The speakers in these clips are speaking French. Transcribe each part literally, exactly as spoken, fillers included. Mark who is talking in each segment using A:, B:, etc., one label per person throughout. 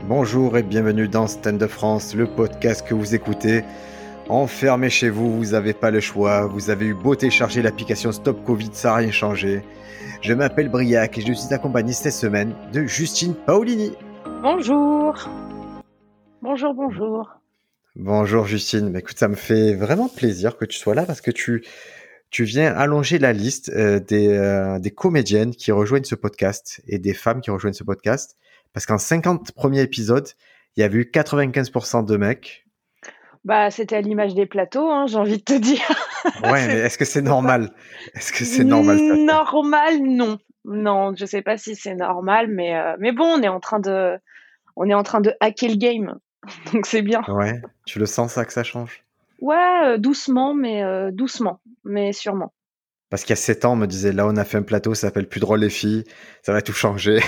A: Bonjour et bienvenue dans Stand Up France, le podcast que vous écoutez. Enfermé chez vous, vous n'avez pas le choix. Vous avez eu beau télécharger l'application Stop Covid, ça n'a rien changé. Je m'appelle Briac et je suis accompagné cette semaine de Justine Paolini.
B: Bonjour. Bonjour, bonjour.
A: Bonjour Justine. Bah, écoute, ça me fait vraiment plaisir que tu sois là parce que tu, tu viens allonger la liste euh, des, euh, des comédiennes qui rejoignent ce podcast et des femmes qui rejoignent ce podcast. Parce qu'en cinquante premiers épisodes, il y avait eu quatre-vingt-quinze pour cent de mecs.
B: Bah, c'était à l'image des plateaux, hein, j'ai envie de te dire.
A: Ouais, mais est-ce que c'est normal? Est-ce que c'est normal ça?
B: Normal, non. Non, je sais pas si c'est normal, mais euh, mais bon, on est en train de, on est en train de hacker le game, donc c'est bien.
A: Ouais, tu le sens ça que ça change?
B: Ouais, euh, doucement, mais euh, doucement, mais sûrement.
A: Parce qu'il y a sept ans, on me disait, là, on a fait un plateau, ça s'appelle Plus drôle les filles, ça va tout changer.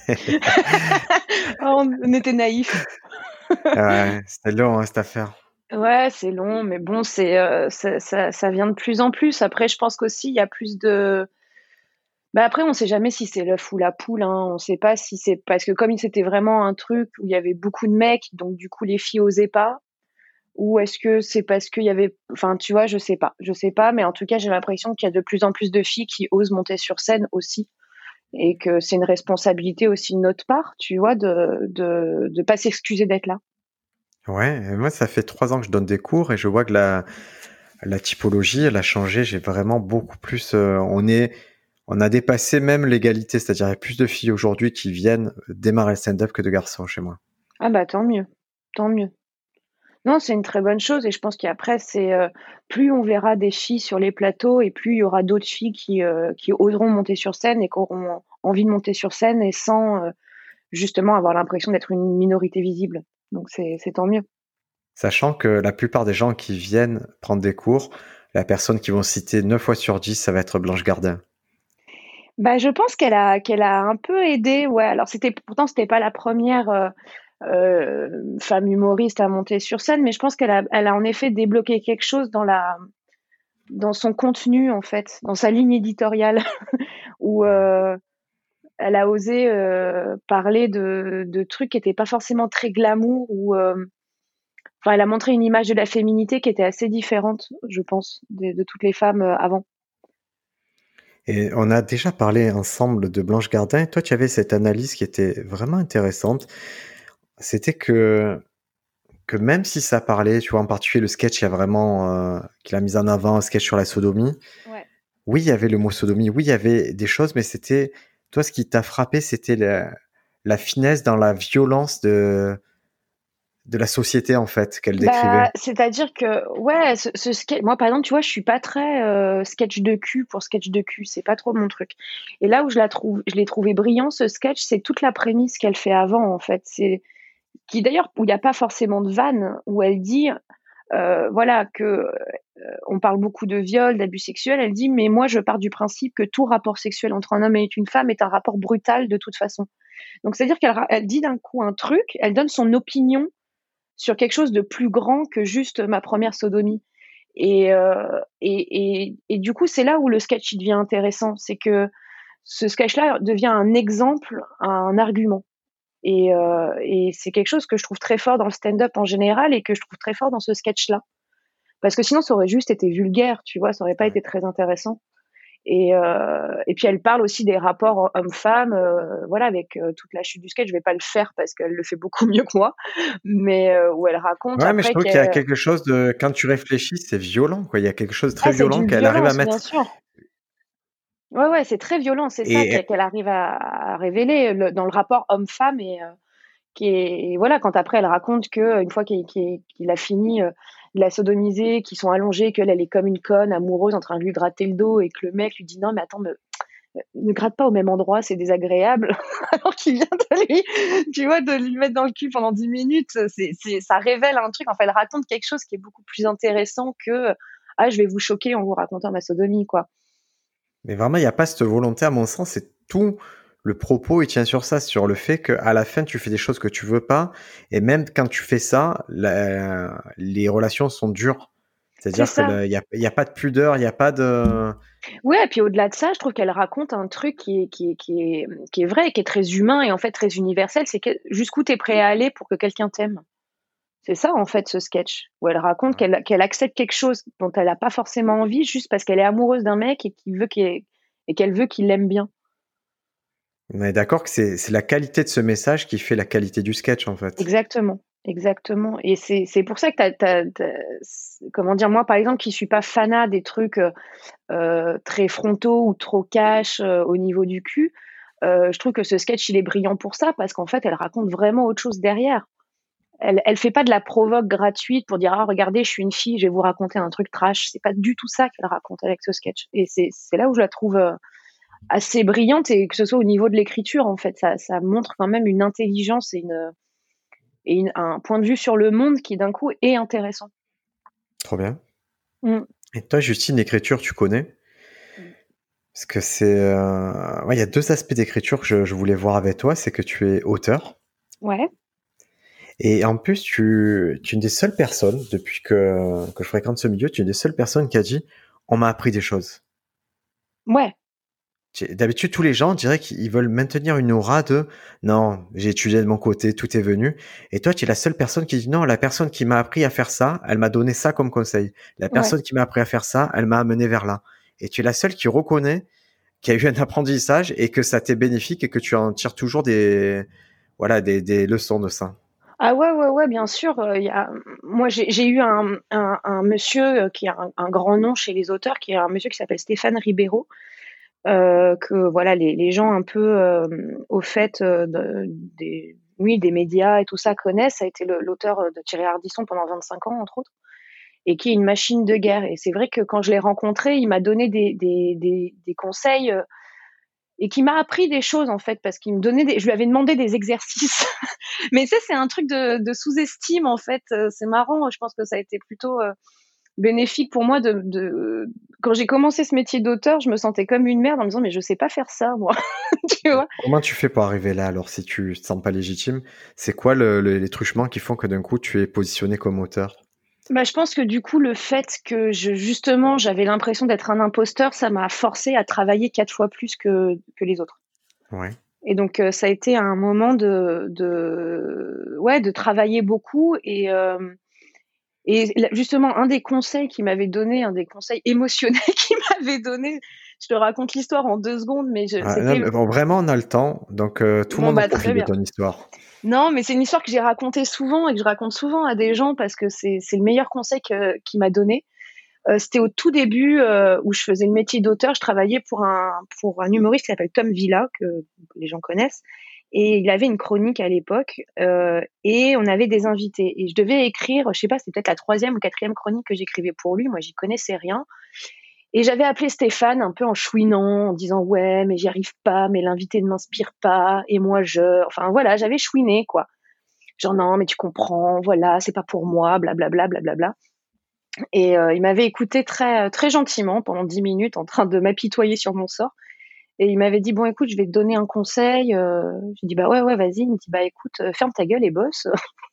B: Oh, on était naïfs.
A: Ouais, c'était long, hein, cette affaire.
B: Ouais, c'est long, mais bon, c'est euh, ça, ça, ça vient de plus en plus. Après, je pense qu'aussi il y a plus de Bah après, on sait jamais si c'est l'œuf ou la poule, hein. On sait pas si c'est parce que comme c'était vraiment un truc où il y avait beaucoup de mecs, donc du coup les filles osaient pas, ou est-ce que c'est parce qu'il y avait, enfin tu vois, je sais pas, je sais pas, mais en tout cas j'ai l'impression qu'il y a de plus en plus de filles qui osent monter sur scène aussi, et que c'est une responsabilité aussi de notre part, tu vois, de de de pas s'excuser d'être là.
A: Ouais, et moi, ça fait trois ans que je donne des cours et je vois que la, la typologie, elle a changé. J'ai vraiment beaucoup plus. euh, on est, on a dépassé même l'égalité, c'est-à-dire il y a plus de filles aujourd'hui qui viennent démarrer le stand-up que de garçons chez moi.
B: Ah bah tant mieux, tant mieux. Non, c'est une très bonne chose et je pense qu'après c'est euh, plus on verra des filles sur les plateaux et plus il y aura d'autres filles qui euh, qui oseront monter sur scène et qui auront envie de monter sur scène et sans euh, justement avoir l'impression d'être une minorité visible. Donc c'est c'est tant mieux.
A: Sachant que la plupart des gens qui viennent prendre des cours, la personne qui vont citer neuf fois sur dix, ça va être Blanche Gardin.
B: Bah je pense qu'elle a qu'elle a un peu aidé. Ouais, alors c'était pourtant c'était pas la première euh, euh, femme humoriste à monter sur scène, mais je pense qu'elle a elle a en effet débloqué quelque chose dans la dans son contenu en fait, dans sa ligne éditoriale où euh, elle a osé euh, parler de, de trucs qui n'étaient pas forcément très glamour ou euh, enfin elle a montré une image de la féminité qui était assez différente, je pense, de, de toutes les femmes euh, avant.
A: Et on a déjà parlé ensemble de Blanche Gardin. Toi, tu avais cette analyse qui était vraiment intéressante. C'était que, que même si ça parlait, tu vois, en particulier le sketch, il y a vraiment, euh, qu'il a mis en avant, un sketch sur la sodomie.
B: Ouais.
A: Oui, il y avait le mot sodomie. Oui, il y avait des choses, mais c'était, toi, ce qui t'a frappé, c'était la, la finesse dans la violence de, de la société, en fait, qu'elle décrivait.
B: Bah, c'est-à-dire que ouais, ce, ce sketch, moi par exemple, tu vois, je suis pas très euh, sketch de cul pour sketch de cul, c'est pas trop mon truc. Et là où je la trouve, je l'ai trouvé brillant ce sketch, c'est toute la prémisse qu'elle fait avant en fait, c'est qui d'ailleurs où il n'y a pas forcément de vanne, où elle dit euh, voilà que euh, on parle beaucoup de viol, d'abus sexuels. Elle dit mais moi je pars du principe que tout rapport sexuel entre un homme et une femme est un rapport brutal de toute façon. Donc c'est à dire qu'elle elle dit d'un coup un truc, elle donne son opinion sur quelque chose de plus grand que juste ma première sodomie. Et, euh, et, et, et du coup, c'est là où le sketch il devient intéressant. C'est que ce sketch-là devient un exemple, un argument. Et, euh, et c'est quelque chose que je trouve très fort dans le stand-up en général et que je trouve très fort dans ce sketch-là. Parce que sinon, ça aurait juste été vulgaire, tu vois, ça aurait pas été très intéressant. Et, euh, et puis elle parle aussi des rapports hommes-femmes, euh, voilà, avec euh, toute la chute du sketch. Je vais pas le faire parce qu'elle le fait beaucoup mieux que moi, mais euh, où elle raconte
A: Ouais, mais je
B: après
A: trouve qu'il y a
B: qu'elle,
A: quelque chose de, quand tu réfléchis, c'est violent, quoi. Il y a quelque chose de très
B: ah, c'est
A: violent
B: d'une
A: qu'elle arrive à
B: violence, bien
A: mettre.
B: sûr. Ouais, ouais, c'est très violent, c'est ça qu'elle
A: Et
B: qu'elle arrive à, à révéler le, dans le rapport homme-femme et euh, qui est, et voilà, quand après elle raconte que une fois qu'il qu'il, qu'il a fini euh, de la sodomiser, qu'ils sont allongés, qu'elle elle est comme une conne amoureuse en train de lui gratter le dos et que le mec lui dit non mais attends me ne gratte pas au même endroit, c'est désagréable. Alors qu'il vient de lui, tu vois, de lui mettre dans le cul pendant dix minutes, c'est, c'est, ça révèle un truc. Enfin, elle raconte quelque chose qui est beaucoup plus intéressant que, ah, je vais vous choquer en vous racontant ma sodomie, quoi.
A: Mais vraiment, il n'y a pas cette volonté, à mon sens, c'est tout le propos, il tient sur ça, sur le fait qu'à la fin, tu fais des choses que tu veux pas, et même quand tu fais ça, la- les relations sont dures.
B: C'est
A: C'est-à-dire que
B: ça.
A: le- il y a, il y a pas de pudeur, il y a pas de,
B: Ouais, et puis au-delà de ça, je trouve qu'elle raconte un truc qui est qui est qui est, mmh, qui est vrai, qui est très humain et en fait très universel, c'est que jusqu'où tu es prêt à aller pour que quelqu'un t'aime. C'est ça en fait ce sketch, où elle raconte
A: Ouais.
B: qu'elle qu'elle accepte quelque chose dont elle a pas forcément envie juste parce qu'elle est amoureuse d'un mec et qu'il veut qu'il et qu'elle veut qu'il l'aime bien.
A: On est d'accord que c'est c'est la qualité de ce message qui fait la qualité du sketch, en fait?
B: Exactement, exactement et c'est c'est pour ça que tu as tu c comment dire? Moi, par exemple, qui suis pas fanat des trucs, heu heu, très frontaux ou trop cash, heu, au niveau du cul, heu, je trouve que ce sketch, il est brillant pour ça parce qu'en fait, elle raconte vraiment autre chose derrière. Elle elle fait pas de la provoque gratuite pour dire: «Ah regardez, je suis une fille, je vais vous raconter un truc trash». C'est pas du tout ça qu'elle raconte avec ce sketch et c'est c'est là où je la trouve, heu, assez brillante et que ce soit au niveau de l'écriture, en fait, ça ça montre quand même une intelligence et une, et une un point de vue sur le monde qui d'un coup est intéressant.
A: Trop bien.
B: Mmh.
A: Et toi, Justine, l'écriture, tu connais? Parce que c'est, heu, ouais, il y a deux aspects d'écriture que je je voulais voir avec toi. C'est que tu es auteur
B: Ouais,
A: et en plus tu tu es une des seules personnes depuis que que je fréquente ce milieu, tu es une des seules personnes qui a dit: «On m'a appris des choses».
B: ouais,
A: Tu d'habitude, tous les gens, on dirait qu'ils veulent maintenir une aura de: «Non, j'ai étudié de mon côté, tout est venu» et toi, tu es la seule personne qui dit: «Non, la personne qui m'a appris à faire ça, elle m'a donné ça comme conseil. La
B: ouais.
A: personne qui m'a appris à faire ça, elle m'a amené vers là» et tu es la seule qui reconnaît qu'il y a eu un apprentissage et que ça t'est bénéfique et que tu en tires toujours des voilà, des des leçons de ça.
B: Ah ouais, ouais, ouais, bien sûr, heu, il y a moi j'ai j'ai eu un un un monsieur, heu, qui a un un grand nom chez les auteurs, qui est un monsieur qui s'appelle Stéphane Ribeiro, heu, que voilà les les gens un peu, hem, au fait, heu, de des oui, des médias et tout ça connaissent. Ça a été le l'auteur, heu, de Thierry Ardisson pendant vingt-cinq ans, entre autres et qui est une machine de guerre et c'est vrai que quand je l'ai rencontré, il m'a donné des des des des conseils, heu et qui m'a appris des choses, en fait, parce qu'il me donnait des je lui avais demandé des exercices. Mais ça, c'est un truc de de sous-estime, en fait, heu, c'est marrant. Je pense que ça a été plutôt, heu, bénéfique pour moi de de quand j'ai commencé ce métier d'auteur, je me sentais comme une merde en me disant: «Mais je sais pas faire ça moi», tu vois?
A: Comment tu fais pour arriver là alors si tu te sens pas légitime? C'est quoi le le les truchements qui font que d'un coup tu es positionné comme auteur?
B: Bah, je pense que du coup, le fait que je justement, j'avais l'impression d'être un imposteur, ça m'a forcée à travailler quatre fois plus que que les autres.
A: Ouais.
B: Et donc, heu, ça a été un moment de de ouais, de travailler beaucoup et hem et la justement, un des conseils qu'il m'avait donné, un des conseils émotionnels qu'il m'avait donné, je te raconte l'histoire en deux secondes, mais je
A: Ah non,
B: c'était
A: mais bon, vraiment on a le temps, donc heu, tout le
B: bon,
A: monde en
B: bah, très
A: profite de
B: bien.
A: ton histoire.
B: Non, mais c'est une histoire que j'ai racontée souvent et que je raconte souvent à des gens parce que c'est c'est le meilleur conseil que qu'il m'a donné. Heu, c'était au tout début, heu, où je faisais le métier d'auteur. Je travaillais pour un pour un humoriste qui s'appelle Tom Villa, que les gens connaissent et il avait une chronique à l'époque, heu et on avait des invités et je devais écrire, je sais pas, c'était peut-être la troisième ou quatrième chronique que j'écrivais pour lui. Moi, j'y connaissais rien et j'avais appelé Stéphane un peu en chouinant, en disant: «Ouais, mais j'y arrive pas, mais l'invité ne m'inspire pas et moi je» enfin voilà, j'avais chouiné quoi. Genre: «Non, mais tu comprends, voilà, c'est pas pour moi, blablabla, blablabla». Et heu, il m'avait écoutée très, très gentiment pendant dix minutes en train de m'apitoyer sur mon sort et il m'avait dit: «Bon écoute, je vais te donner un conseil», heu, j'ai dit: «Bah ouais, ouais, vas-y». Il me dit: «Bah écoute, heu, ferme ta gueule et bosse».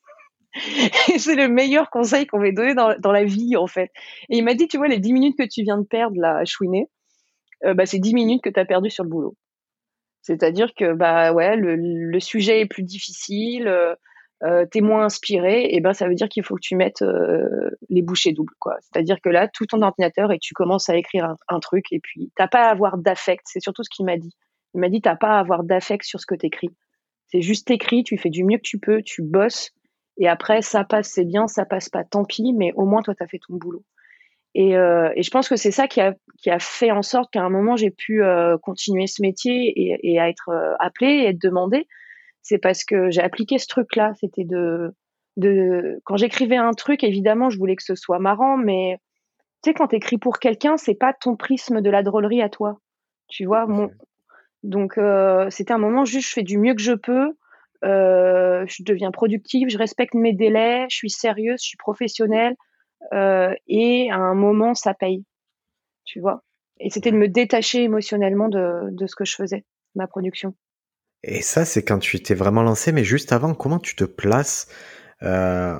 B: Et c'est le meilleur conseil qu'on m'ait donné dans dans la vie, en fait. Et il m'a dit: «Tu vois, les dix minutes que tu viens de perdre là à chouiner, heu, bah, c'est dix minutes que tu as perdues sur le boulot». C'est-à-dire que, bah, ouais, le le sujet est plus difficile, heu heu, tu es moins inspiré et ben, ça veut dire qu'il faut que tu mettes, heu, les bouchées doubles, quoi. C'est-à-dire que là, tout ton ordinateur et tu commences à écrire un un truc et puis tu as pas à avoir d'affect. C'est surtout ce qu'il m'a dit. Il m'a dit: «Tu as pas à avoir d'affect sur ce que tu écris. C'est juste tu écris, tu fais du mieux que tu peux, tu bosses et après ça passe, c'est bien, ça passe pas, tant pis, mais au moins toi, tu as fait ton boulot». Et, heu, et je pense que c'est ça qui a qui a fait en sorte qu'à un moment j'ai pu, heu, continuer ce métier et et à être, heu, appelée et être demandée. C'est parce que j'ai appliqué ce truc-là. C'était de de quand j'écrivais un truc, évidemment, je voulais que ce soit marrant, mais tu sais, quand tu écris pour quelqu'un, c'est pas ton prisme de la drôlerie à toi, tu vois?
A: Tout à
B: Mon
A: fait.
B: donc heu, c'était un moment juste je fais du mieux que je peux, heu, je deviens productive, je respecte mes délais, je suis sérieuse, je suis professionnelle, heu et à un moment ça paye. Tu vois? Et c'était de
A: Ouais.
B: me détacher émotionnellement de de ce que je faisais, ma production.
A: Et ça, c'est quand tu t'es vraiment lancé, mais juste avant, comment tu te places, heu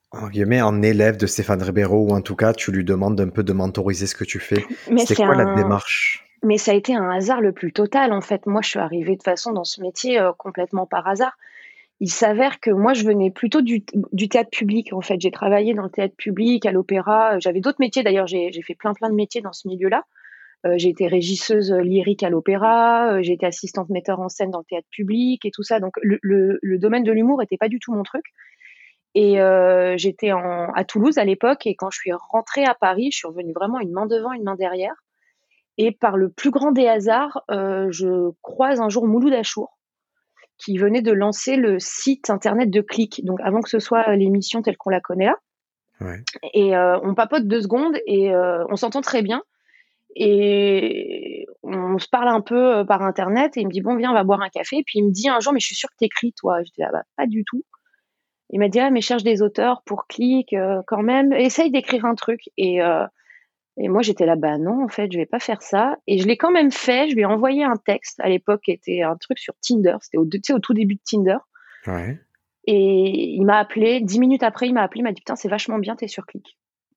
A: en guillemets, en élève de Stéphane Ribeiro, ou en tout cas, tu lui demandes un peu de mentoriser ce que tu fais.
B: Mais
A: C'était
B: c'est
A: quoi la
B: un,
A: démarche?
B: mais ça a été un hasard le plus total en fait. Moi, je suis arrivée de façon dans ce métier euh, complètement par hasard. Il s'avère que moi, je venais plutôt du, du théâtre public en fait. J'ai travaillé dans le théâtre public, à l'opéra. J'avais d'autres métiers d'ailleurs. J'ai, j'ai fait plein plein de métiers dans ce milieu-là. Euh, j'ai été régisseuse lyrique à l'opéra. Euh, j'ai été assistante metteur en scène dans le théâtre public et tout ça. Donc le, le, le domaine de l'humour était pas du tout mon truc. Et euh, j'étais en, à Toulouse à l'époque, et quand je suis rentrée à Paris, je suis revenue vraiment une main devant, une main derrière. Et par le plus grand des hasards, euh, je croise un jour Mouloud Achour, qui venait de lancer le site internet de Click, donc avant que ce soit l'émission telle qu'on la connaît là.
A: Ouais.
B: Et euh, on papote deux secondes et euh, on s'entend très bien. Et on se parle un peu euh, par internet et il me dit bon viens on va boire un café. Et puis il me dit un jour mais je suis sûre que t'écris toi. Je dis ah bah pas du tout. Il m'a dit ah mais cherche des auteurs pour Click euh, quand même. Essaye d'écrire un truc. Et euh, Et moi, j'étais là, bah non, en fait, je vais pas faire ça. Et je l'ai quand même fait. Je lui ai envoyé un texte. À l'époque, qui était un truc sur Tinder. C'était au, tu sais, au tout début de Tinder.
A: Ouais.
B: Et il m'a appelé. Dix minutes après, il m'a appelé. Il m'a dit, putain, c'est vachement bien, t'es sur Click.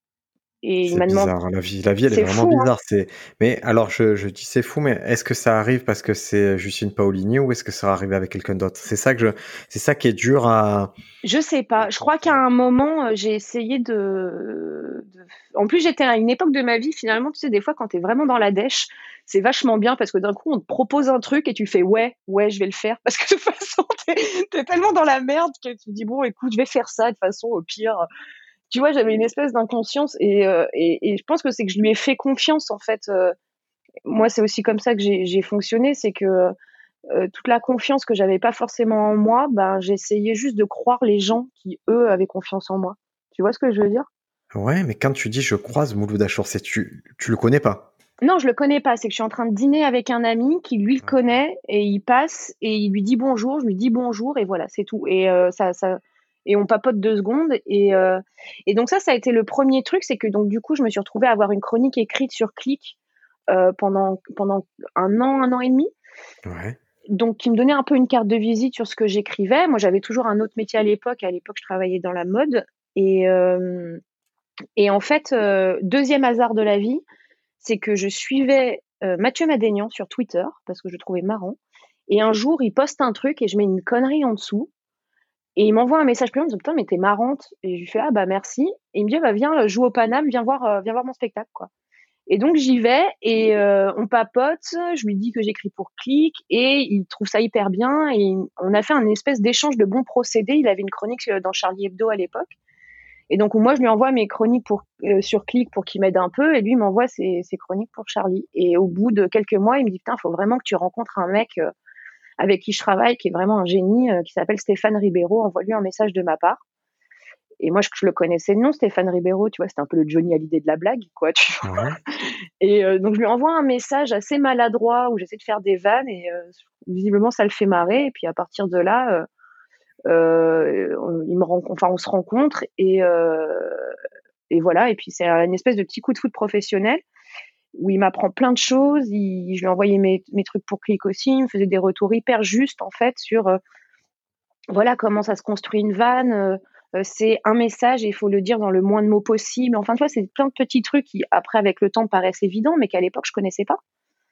B: Et il
A: C'est
B: m'a demandé,
A: bizarre, hein, la vie, la vie, elle est
B: c'est
A: vraiment
B: fou, hein.
A: bizarre. C'est, mais alors, je, je dis c'est fou, mais est-ce que ça arrive parce que c'est Justine Paolini ou est-ce que ça va arriver avec quelqu'un d'autre? C'est ça que je, c'est ça qui est dur à.
B: Je sais pas. Je crois qu'à un moment, euh, j'ai essayé de, de- En plus, j'étais à une époque de ma vie, finalement, tu sais, des fois, quand t'es vraiment dans la dèche, c'est vachement bien parce que d'un coup, on te propose un truc et tu fais ouais, ouais, je vais le faire. Parce que de toute façon, t'es, t'es tellement dans la merde que tu te dis bon, écoute, je vais faire ça. De toute façon, au pire, tu vois, j'avais une espèce d'inconscience et, euh, et, et je pense que c'est que je lui ai fait confiance, en fait. Euh, moi, c'est aussi comme ça que j'ai, j'ai fonctionné, c'est que euh, toute la confiance que j'avais pas forcément en moi, ben j'essayais juste de croire les gens qui eux avaient confiance en moi. Tu vois ce que je veux dire?
A: Ouais, mais quand tu dis je croise Mouloud Achour, c'est tu, tu le connais pas.
B: Non, je le connais pas. C'est que je suis en train de dîner avec un ami qui lui le
A: D'accord.
B: connaît et il passe et il lui dit bonjour. Je lui dis bonjour et voilà, c'est tout. Et euh, ça, ça, et on papote deux secondes et euh, et donc ça, ça a été le premier truc, c'est que donc du coup, je me suis retrouvée à avoir une chronique écrite sur Click euh, pendant pendant un an, un an et demi.
A: Ouais.
B: Donc, qui me donnait un peu une carte de visite sur ce que j'écrivais. Moi, j'avais toujours un autre métier à l'époque. À l'époque, je travaillais dans la mode. Et, euh, et en fait, euh, deuxième hasard de la vie, c'est que je suivais euh, Mathieu Madénian sur Twitter parce que je le trouvais marrant. Et un jour, il poste un truc et je mets une connerie en dessous. Et il m'envoie un message privé en me disant putain, mais t'es marrante. Et je lui fais ah bah merci. Et il me dit ah, bah viens, joue au Paname, viens voir, euh, viens voir mon spectacle, quoi. Et donc j'y vais et euh, on papote, je lui dis que j'écris pour Click et il trouve ça hyper bien et on a fait un espèce d'échange de bons procédés. Il avait une chronique dans Charlie Hebdo à l'époque et donc moi je lui envoie mes chroniques pour, euh, sur Click pour qu'il m'aide un peu et lui il m'envoie ses, ses chroniques pour Charlie. Et au bout de quelques mois il me dit putain, il faut vraiment que tu rencontres un mec euh, avec qui je travaille qui est vraiment un génie, euh, qui s'appelle Stéphane Ribeiro, envoie-lui un message de ma part. Et moi je, je le connaissais de nom, Stéphane Ribeiro, tu vois, c'était un peu le Johnny Hallyday de la blague, quoi, tu vois.
A: Ouais.
B: Et euh, donc je lui envoie un message assez maladroit où j'essaie de faire des vannes et euh, visiblement ça le fait marrer. Et puis à partir de là, euh, euh, on, il me rencontre, enfin on se rencontre et euh, et voilà. Et puis c'est une espèce de petit coup de foot professionnel où il m'apprend plein de choses. Il, je lui ai envoyé mes, mes trucs pour Click aussi. Il me faisait des retours hyper justes en fait sur euh, voilà comment ça se construit une vanne. Euh, euh, c'est un message et il faut le dire dans le moins de mots possible. Enfin, tu vois, c'est plein de petits trucs qui, après, avec le temps, paraissent évidents, mais qu'à l'époque, je connaissais pas.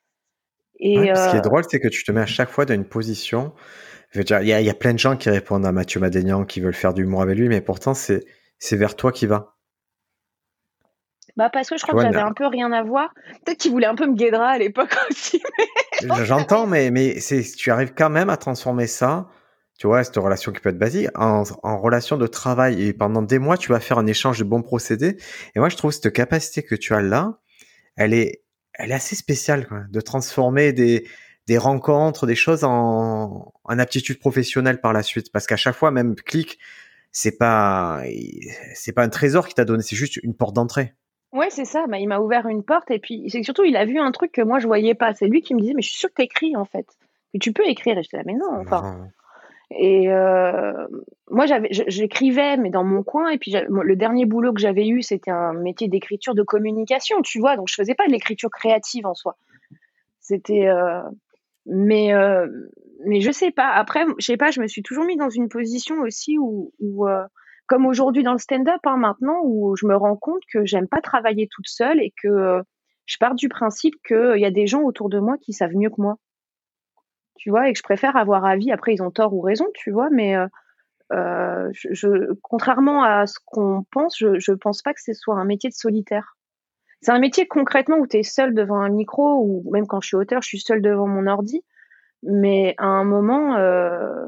A: Ouais,
B: Et
A: puis ce qui est
B: euh,
A: drôle, c'est que tu te mets à chaque fois dans une position. Je veux dire, il y a, il y a plein de gens qui répondent à Mathieu Madénian, qui veulent faire du humour avec lui, mais pourtant, c'est, c'est vers toi qui va.
B: bah parce que je
A: Tu
B: crois que
A: vois,
B: j'avais
A: na-
B: un peu rien à voir. Peut-être qu'il voulait un peu me guédra à l'époque aussi, mais j'en sais
A: j'entends,
B: rien.
A: mais, mais c'est, tu arrives quand même à transformer ça, tu vois, cette relation qui peut être basique, en, en relation de travail. Et pendant des mois, tu vas faire un échange de bons procédés. Et moi, je trouve cette capacité que tu as là, elle est, elle est assez spéciale, quoi, de transformer des, des rencontres, des choses en, en aptitude professionnelle par la suite. Parce qu'à chaque fois, même clic, c'est pas, c'est pas un trésor qui t'a donné, c'est juste une porte d'entrée.
B: Ouais, c'est ça. Bah, il m'a ouvert une porte et puis c'est que surtout il a vu un truc que moi je voyais pas. C'est lui qui me disait mais je suis sûre que t'écris en fait. Que tu peux écrire. Et j'étais là mais non.
A: C'est
B: Enfin.
A: marrant.
B: Et euh, moi j'avais, j'écrivais mais dans mon coin. Et puis le dernier boulot que j'avais eu c'était un métier d'écriture de communication. Tu vois. Donc je faisais pas de l'écriture créative en soi. C'était euh, Mais, euh, mais je sais pas. Après, je sais pas, je me suis toujours mis dans une position aussi où, où euh, comme aujourd'hui dans le stand-up, hein, maintenant, où je me rends compte que j'aime pas travailler toute seule et que euh, je pars du principe qu'il y a des gens autour de moi qui savent mieux que moi, tu vois, et que je préfère avoir avis. Après, ils ont tort ou raison, tu vois, mais euh, euh, je, je- contrairement à ce qu'on pense, je, je pense pas que ce soit un métier de solitaire. C'est un métier concrètement où tu es seul devant un micro, ou même quand je suis auteur, je suis seule devant mon ordi. Mais à un moment, euh,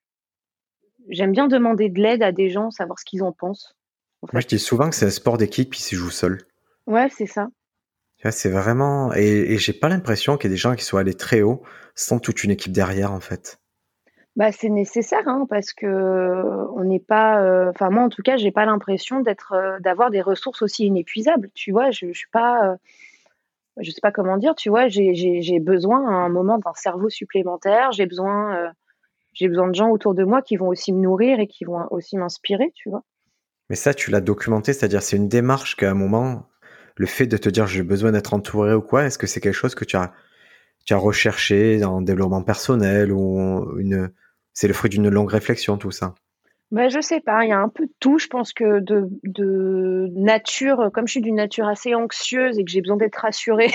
B: j'aime bien demander de l'aide à des gens, savoir ce qu'ils en pensent, en
A: Moi, je
B: fait.
A: dis souvent que c'est un sport d'équipe qui se joue seul.
B: Ouais, c'est ça.
A: Tu vois, c'est vraiment, et, et j'ai pas l'impression qu'il y ait des gens qui soient allés très haut sans toute une équipe derrière, en fait.
B: Bah, c'est nécessaire, hein, parce que euh, on n'est pas. euh, Enfin, moi, en tout cas, j'ai pas l'impression d'être, euh, d'avoir des ressources aussi inépuisables. Tu vois, je, je suis pas. euh, je sais pas comment dire. Tu vois, j'ai, j'ai, j'ai besoin à un moment d'un cerveau supplémentaire. J'ai besoin, euh, j'ai besoin de gens autour de moi qui vont aussi me nourrir et qui vont aussi m'inspirer. Tu vois.
A: Mais ça, tu l'as documenté, c'est-à-dire c'est une démarche qu'à un moment, le fait de te dire j'ai besoin d'être entouré ou quoi, est-ce que c'est quelque chose que tu as, tu as recherché dans le développement personnel ou une, c'est le fruit d'une longue réflexion, tout ça?
B: Bah, je sais pas, il y a un peu de tout. Je pense que de, de nature, comme je suis d'une nature assez anxieuse et que j'ai besoin d'être rassurée,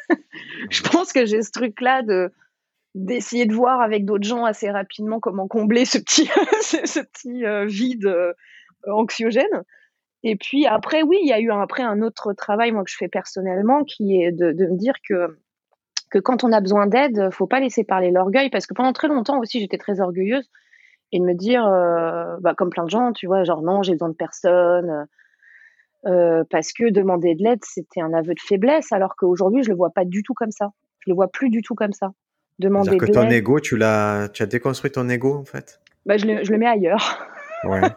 B: je pense que j'ai ce truc-là de d'essayer de voir avec d'autres gens assez rapidement comment combler ce petit, ce, ce petit euh, vide euh, anxiogène. Et puis après, oui, il y a eu un, après un autre travail, moi, que je fais personnellement, qui est de, de me dire que, que quand on a besoin d'aide, faut pas laisser parler l'orgueil, parce que pendant très longtemps aussi, j'étais très orgueilleuse, et de me dire, euh, bah, comme plein de gens, tu vois, genre non, j'ai besoin de personne, euh, parce que demander de l'aide, c'était un aveu de faiblesse, alors qu'aujourd'hui, je le vois pas du tout comme ça. Je le vois plus du tout comme ça.
A: C'est-à-dire
B: Demander
A: que
B: de
A: ton
B: l'aide,
A: ego, tu l'as, tu as déconstruit ton ego, en fait?
B: bah, je, le, je le mets ailleurs.
A: Ouais.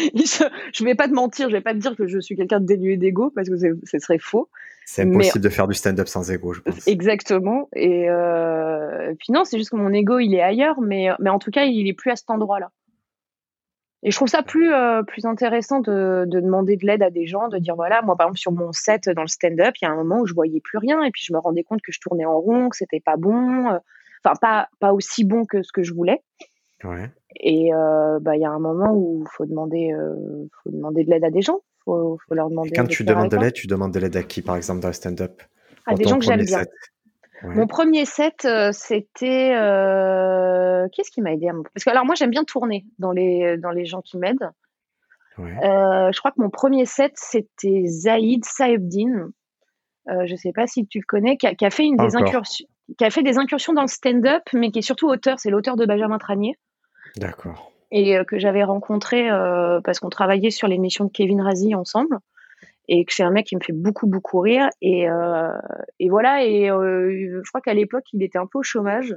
B: Je vais pas te mentir, je vais pas te dire que je suis quelqu'un de dénué d'ego, parce que ce serait faux.
A: C'est
B: Mais
A: impossible de faire du stand-up sans ego, je pense.
B: exactement. Et, euh, et puis non, c'est juste que mon ego, il est ailleurs, mais, mais en tout cas, il est plus à cet endroit-là. Et je trouve ça plus, euh, plus intéressant de, de demander de l'aide à des gens, de dire voilà, moi par exemple sur mon set dans le stand-up, il y a un moment où je voyais plus rien et puis je me rendais compte que je tournais en rond, que c'était pas bon, euh, enfin pas, pas aussi bon que ce que je voulais.
A: Ouais.
B: Et euh, bah il y a un moment où faut demander, euh, faut demander de l'aide à des gens, faut, faut leur
A: Et
B: demander
A: quand
B: de
A: tu
B: faire
A: demandes
B: avec
A: de
B: moi,
A: l'aide, tu demandes de l'aide à qui, par exemple, dans le stand-up?
B: à
A: Pour
B: des
A: ton
B: gens que j'aime
A: premier
B: bien.
A: set.
B: Mon
A: Ouais.
B: premier set, euh, c'était euh, qui est-ce qui m'a aidé à mon- Parce que alors moi j'aime bien tourner dans les dans les gens qui m'aident.
A: Ouais.
B: Euh, je crois que mon premier set, c'était Zaïd Saebdine. Euh, je sais pas si tu le connais, qui a, qui a fait une
A: Pas
B: des
A: encore.
B: incursions, qui a fait des incursions dans le stand-up, mais qui est surtout auteur. C'est l'auteur de Benjamin Tranier
A: D'accord.
B: et euh, que j'avais rencontré euh, parce qu'on travaillait sur l'émission de Kevin Razi ensemble et que c'est un mec qui me fait beaucoup beaucoup rire et euh, et voilà et euh, je crois qu'à l'époque il était un peu au chômage.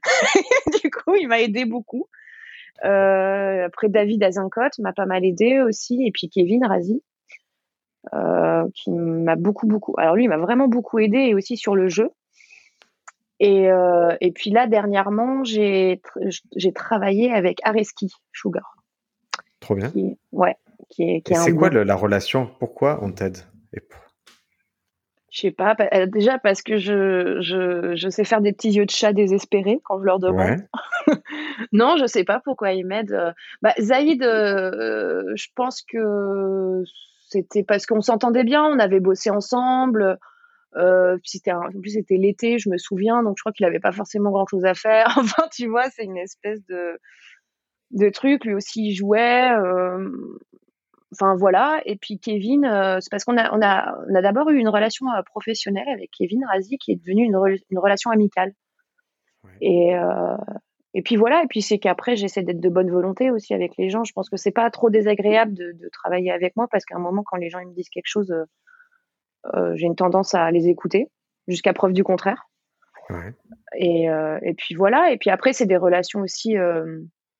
B: Du coup, il m'a aidé beaucoup. Euh, après David Azincote m'a pas mal aidé aussi et puis Kevin Razi. Euh, qui m'a beaucoup, beaucoup. Alors lui, il m'a vraiment beaucoup aidé et aussi sur le jeu. Et, euh, et puis là, dernièrement, j'ai j'ai travaillé avec Areski Sugar,
A: Trop bien.
B: qui, ouais, qui est, qui
A: Et
B: est un
A: c'est quoi
B: bon.
A: le- la relation? Pourquoi on t'aide? Et pour-
B: Je sais pas, pa- euh, déjà parce que je, je, je sais faire des petits yeux de chat désespérés quand je leur demande.
A: Ouais.
B: Non, je sais pas pourquoi ils m'aident. Euh, Bah, Zaïd, euh, je pense que c'était parce qu'on s'entendait bien, on avait bossé ensemble. Euh, puis c'était un- en plus c'était l'été, je me souviens, donc je crois qu'il avait pas forcément grand chose à faire. Enfin, tu vois, c'est une espèce de de truc. Lui aussi, il jouait. euh, Enfin voilà. Et puis Kevin, euh, c'est parce qu'on a on a on a d'abord eu une relation euh, professionnelle avec Kevin Razi qui est devenue une, re- une relation amicale.
A: Ouais.
B: Et euh, et puis voilà. Et puis c'est qu'après j'essaie d'être de bonne volonté aussi avec les gens. Je pense que c'est pas trop désagréable de, de travailler avec moi parce qu'à un moment quand les gens ils me disent quelque chose, euh, euh, j'ai une tendance à les écouter jusqu'à preuve du contraire.
A: Ouais.
B: Et, euh, et puis voilà. Et puis après, c'est des relations aussi euh,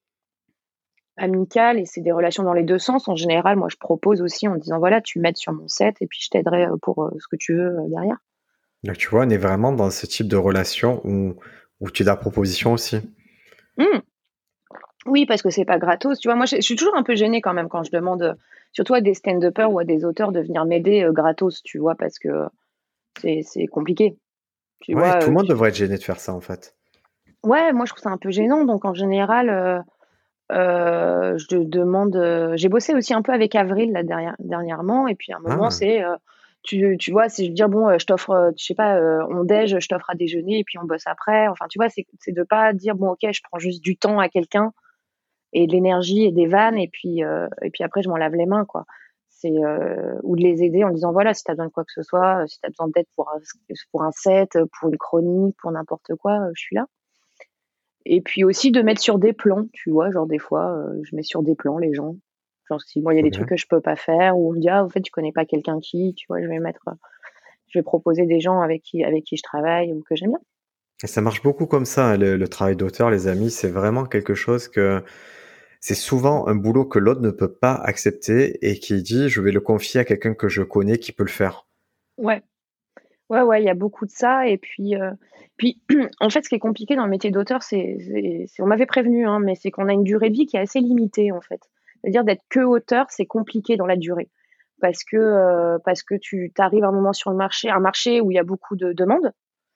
B: amicales et c'est des relations dans les deux sens. En général, moi, je propose aussi en disant voilà, tu m'aides sur mon set et puis je t'aiderai euh, pour euh, ce que tu veux euh, derrière.
A: Donc tu vois, on est vraiment dans ce type de relation où, où tu es de la proposition aussi.
B: Mmh. Oui, parce que c'est pas gratos. Tu vois, moi, je, je suis toujours un peu gênée quand même quand je demande, euh, surtout à des stand-uppers ou à des auteurs, de venir m'aider euh, gratos, tu vois, parce que c'est c'est compliqué. Tu
A: Ouais,
B: vois,
A: tout le
B: euh,
A: monde
B: tu-
A: devrait être gêné de faire ça en fait.
B: ouais, moi, je trouve ça un peu gênant. Donc, en général, euh, Euh, je demande. euh, J'ai bossé aussi un peu avec Avril là, derrière- dernièrement, et puis à un moment,
A: Ah,
B: c'est, euh, tu, tu vois, c'est dire bon, euh, je t'offre, euh, je sais pas, euh, on déj, je t'offre à déjeuner, et puis on bosse après. Enfin, tu vois, c'est c'est de pas dire bon, ok, je prends juste du temps à quelqu'un et de l'énergie et des vannes, et puis euh, et puis après je m'en lave les mains, quoi. C'est euh, ou de les aider en disant voilà, si t'as besoin de quoi que ce soit, euh, si t'as besoin d'aide pour un, pour un set, euh, pour une chronique, pour n'importe quoi, euh, je suis là. Et puis aussi de mettre sur des plans, tu vois, genre des fois, euh, je mets sur des plans les gens. Genre si moi il y a
A: trop
B: des trucs
A: bien.
B: que je peux pas faire, ou on me dit ah en fait tu connais pas quelqu'un qui, tu vois, je vais mettre, euh, je vais proposer des gens avec qui avec qui je travaille ou que j'aime bien.
A: Et ça marche beaucoup comme ça, hein, le, le travail d'auteur, les amis, c'est vraiment quelque chose que c'est souvent un boulot que l'autre ne peut pas accepter et qui dit je vais le confier à quelqu'un que je connais qui peut le faire.
B: Ouais, ouais, ouais, il y a beaucoup de ça. Et puis, euh, puis en fait, ce qui est compliqué dans le métier d'auteur, c'est, c'est, c'est- on m'avait prévenu, hein, mais c'est qu'on a une durée de vie qui est assez limitée en fait. C'est-à-dire d'être que auteur, c'est compliqué dans la durée parce que euh, parce que tu arrives à un moment sur le marché, un marché où il y a beaucoup de demandes.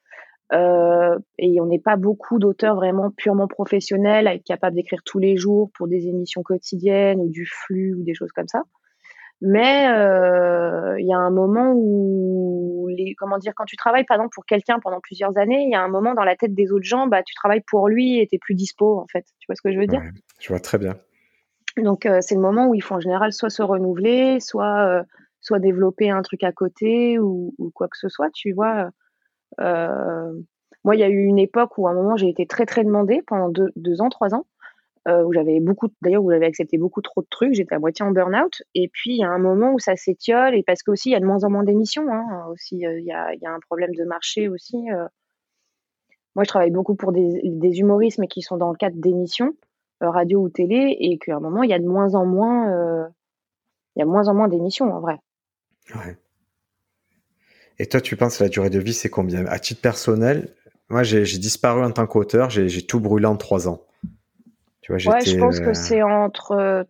B: Euh, et on n'est pas beaucoup d'auteurs vraiment purement professionnels, avec- capables d'écrire tous les jours pour des émissions quotidiennes ou du flux ou des choses comme ça. Mais euh, il y a un moment où, les, comment dire, quand tu travailles par exemple pour quelqu'un pendant plusieurs années, il y a un moment dans la tête des autres gens, bah tu travailles pour lui et t'es plus dispo en fait. Tu vois ce que je veux dire?
A: Ouais, je vois très bien.
B: Donc euh, c'est le moment où il faut en général soit se renouveler, soit euh, soit développer un truc à côté ou, ou quoi que ce soit. Tu vois? Euh, Moi, il y a eu une époque où à un moment j'ai été très très demandée pendant deux, deux ans, trois ans, euh, où j'avais beaucoup, d'ailleurs où j'avais accepté beaucoup trop de trucs, j'étais à moitié en burn-out. Et puis il y a un moment où ça s'étiole, et parce qu'aussi il y a de moins en moins d'émissions, hein, aussi euh, il y, a, il y a un problème de marché aussi. euh. Moi, je travaille beaucoup pour des, des humoristes, mais qui sont dans le cadre d'émissions, euh, radio ou télé, et qu'à un moment il y a de moins en moins, euh, il y a de moins en moins d'émissions en vrai.
A: Ouais. Et toi, tu penses que la durée de vie, c'est combien? À titre personnel, moi, j'ai j'ai disparu en tant qu'auteur, j'ai j'ai tout brûlé en trois ans. Tu vois,
B: Ouais, je
A: j'étais...
B: pense que
A: euh,
B: c'est entre euh,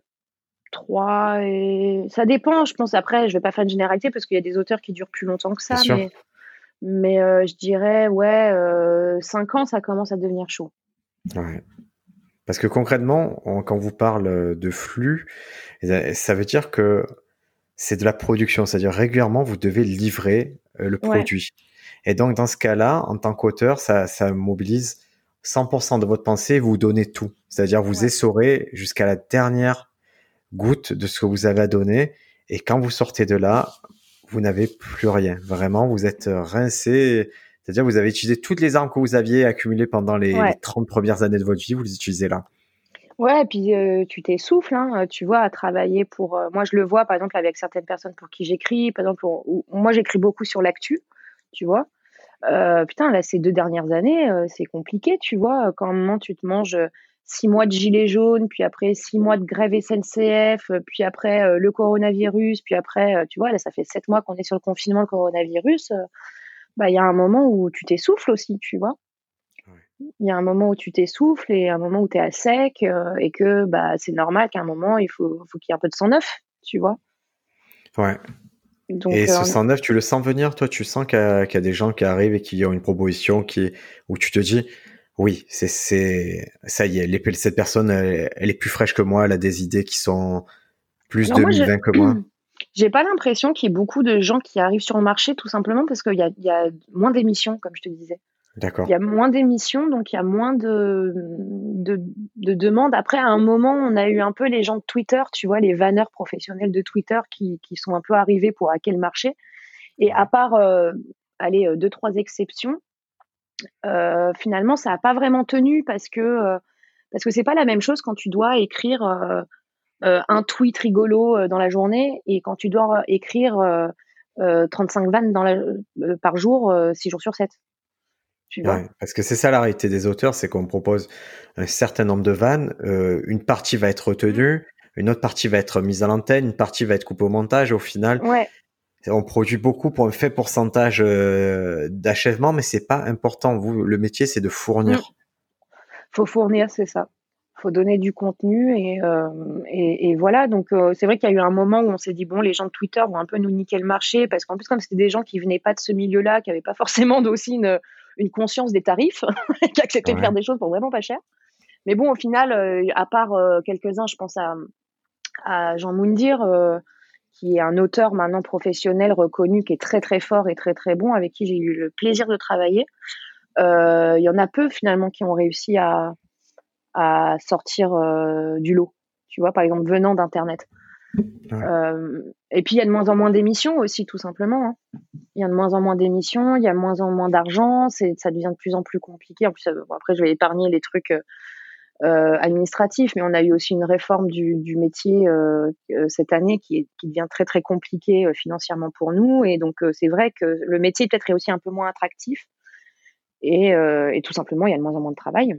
B: trois et ça dépend, je pense. Après, je vais pas faire une généralité parce qu'il y a des auteurs qui durent plus longtemps que
A: Bien
B: ça,
A: sûr.
B: mais mais euh, je dirais ouais, euh, cinq ans, ça commence à devenir chaud.
A: Ouais. Parce que concrètement, on- quand vous parle de flux, eh, ça veut dire que c'est de la production, c'est-à-dire régulièrement, vous devez livrer euh, le
B: Ouais,
A: produit. Et donc, dans ce cas-là, en tant qu'auteur, ça, ça mobilise cent pour cent de votre pensée, vous donnez tout. C'est-à-dire, vous
B: ouais.
A: essorez jusqu'à la dernière goutte de ce que vous avez à donner. Et quand vous sortez de là, vous n'avez plus rien. Vraiment, vous êtes rincé. C'est-à-dire, vous avez utilisé toutes les armes que vous aviez accumulées pendant les, les
B: Ouais.
A: trente premières années de votre vie, vous les utilisez là.
B: Ouais, et puis euh, tu t'essouffles, hein, tu vois, à travailler pour. Euh, moi, je le vois, par exemple, avec certaines personnes pour qui j'écris. Par exemple, pour- ou- moi, j'écris beaucoup sur l'actu, tu vois. Euh, putain, là, ces deux dernières années, euh, c'est compliqué, tu vois. Quand à un moment, tu te manges euh, six mois de gilets jaunes, puis après six mois de grève S N C F, euh, puis après euh, le coronavirus, puis après, euh, tu vois, là, ça fait sept mois qu'on est sur le confinement, le coronavirus. euh, bah, il y a un moment où tu t'essouffles aussi, tu vois.
A: Ouais.
B: Il y a un moment où tu t'essouffles et un moment où tu es à sec, euh, et que bah, c'est normal qu'à un moment, il faut, faut qu'il y ait un peu de sang neuf, tu vois.
A: Ouais. Et
B: Donc,
A: ce
B: euh,
A: cent neuf, tu le sens venir, toi, tu sens qu'il y a, qu'il y a des gens qui arrivent et qui ont une proposition qui est, où tu te dis, oui, c'est, c'est, ça y est, les- cette personne, elle, elle est plus fraîche que moi, elle a des idées qui sont plus
B: alors moi, je
A: deux mille vingt que moi.
B: j'ai pas l'impression qu'il y ait beaucoup de gens qui arrivent sur le marché, tout simplement parce qu'il y a, il y a moins d'émissions, comme je te disais. Il y
A: D'accord.
B: a moins d'émissions, donc il y a moins de, de, de demandes. Après, à un moment, on a eu un peu les gens de Twitter, tu vois, les vanneurs professionnels de Twitter qui, qui sont un peu arrivés pour hacker le marché. Et à
A: Ouais.
B: part, euh, allez, euh, deux, trois exceptions, euh, finalement, ça n'a pas vraiment tenu parce que euh, parce que c'est pas la même chose quand tu dois écrire euh, euh, un tweet rigolo euh, dans la journée et quand tu dois écrire euh, euh, trente-cinq vannes dans la, euh, par jour, euh, six jours sur sept. Tu vois?
A: Ouais, parce que c'est ça la réalité des auteurs, c'est qu'on propose un certain nombre de vannes, euh, une partie va être
B: Mm.
A: retenue, une autre partie va être mise à l'antenne, une partie va être coupée au montage. Au final,
B: Ouais.
A: on produit beaucoup pour un fait pourcentage euh, d'achèvement, mais c'est pas important. Vous, le métier, c'est de
B: Mm.
A: fournir.
B: Faut fournir, c'est ça. Faut donner du contenu et, euh, et, et voilà. Donc euh, c'est vrai qu'il y a eu un moment où on s'est dit bon, les gens de Twitter vont un peu nous niquer le marché parce qu'en plus comme c'était des gens qui venaient pas de ce milieu-là, qui avaient pas forcément aussi une, une conscience des tarifs, qui acceptaient de
A: Ouais.
B: faire des choses pour vraiment pas cher. Mais bon, au final, euh, à part euh, quelques-uns, je pense à, à Jean Moundir, euh, qui est un auteur maintenant professionnel reconnu, qui est très très fort et très très bon, avec qui j'ai eu le plaisir de travailler. Euh, Il y en a peu finalement qui ont réussi à, à sortir euh, du lot. Tu vois, par exemple, venant d'Internet.
A: Ouais.
B: Euh, et puis il y a de moins en moins d'émissions aussi, tout simplement. Hein. Il y a de moins en moins d'émissions, il y a de moins en moins d'argent, c'est, ça devient de plus en plus compliqué. En plus, euh, bon, après, je vais épargner les trucs euh, administratifs, mais on a eu aussi une réforme du, du métier euh, euh, cette année qui, est, qui devient très très compliquée euh, financièrement pour nous. Et donc, euh, c'est vrai que le métier peut-être est aussi un peu moins attractif. Et, euh, et tout simplement, il y a de moins en moins de travail.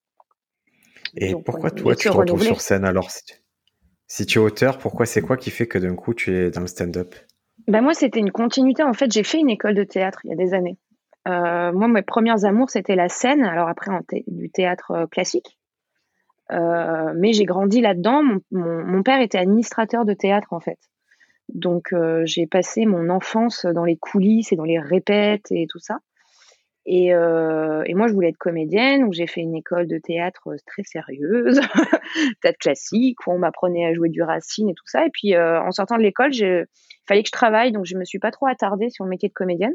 A: Et
B: Donc, on
A: pourquoi
B: est obligé
A: toi,
B: de
A: tu
B: se
A: te retrouves
B: renouveler.
A: sur scène alors? Si tu, si tu es auteur, pourquoi c'est quoi qui fait que d'un coup tu es dans le stand-up?
B: Ben moi, c'était une continuité. En fait, j'ai fait une école de théâtre il y a des années. Euh, moi, mes premières amours, c'était la scène. Alors après, en thé- du théâtre euh, classique. Euh, mais j'ai grandi là-dedans. Mon, mon, mon père était administrateur de théâtre, en fait. Donc, euh, j'ai passé mon enfance dans les coulisses et dans les répètes et tout ça. Et, euh, et moi, je voulais être comédienne. Donc, j'ai fait une école de théâtre très sérieuse, théâtre classique, où on m'apprenait à jouer du Racine et tout ça. Et puis, euh, en sortant de l'école, il fallait que je travaille. Donc, je me suis pas trop attardée sur le métier de comédienne.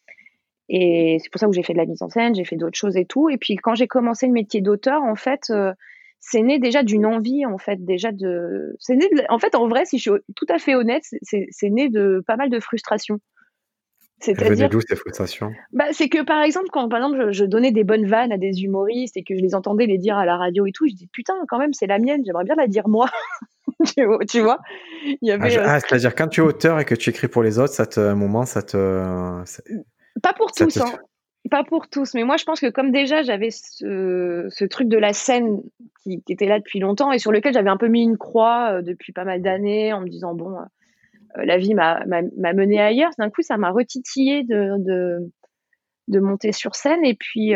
B: Et c'est pour ça que j'ai fait de la mise en scène, j'ai fait d'autres choses et tout. Et puis quand j'ai commencé le métier d'auteur, en fait, euh, c'est né déjà d'une envie, en fait, déjà de. C'est né de... En fait, en vrai, si je suis tout à fait honnête, c'est, c'est né de pas mal de frustration.
A: Elles venaient
B: C'est-à-dire,
A: d'où ces frustrations?
B: bah, c'est que par exemple, quand par exemple je, je donnais des bonnes vannes à des humoristes et que je les entendais les dire à la radio et tout, je dis putain, quand même, c'est la mienne, j'aimerais bien la dire moi. tu vois, tu vois il y
A: Ah,
B: avait
A: je-
B: euh,
A: ah, c'est-à-dire quand tu es auteur et que tu écris pour les autres, ça te, à un moment, ça te, ça,
B: Pas pour
A: ça te,
B: tous, hein. Pas pour tous, mais moi je pense que comme déjà j'avais ce, ce truc de la scène qui, qui était là depuis longtemps et sur lequel j'avais un peu mis une croix euh, depuis pas mal d'années en me disant bon, euh, la vie m'a, m'a, m'a mené ailleurs. D'un coup, ça m'a retitillé de, de, de monter sur scène et puis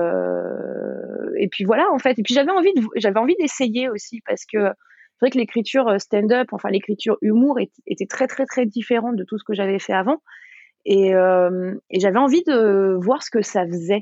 B: euh, et puis voilà en fait. Et puis j'avais envie de, j'avais envie d'essayer aussi parce que c'est vrai que l'écriture stand-up, enfin l'écriture humour est- était très très très différente de tout ce que j'avais fait avant. Et, euh, et j'avais envie de voir ce que ça faisait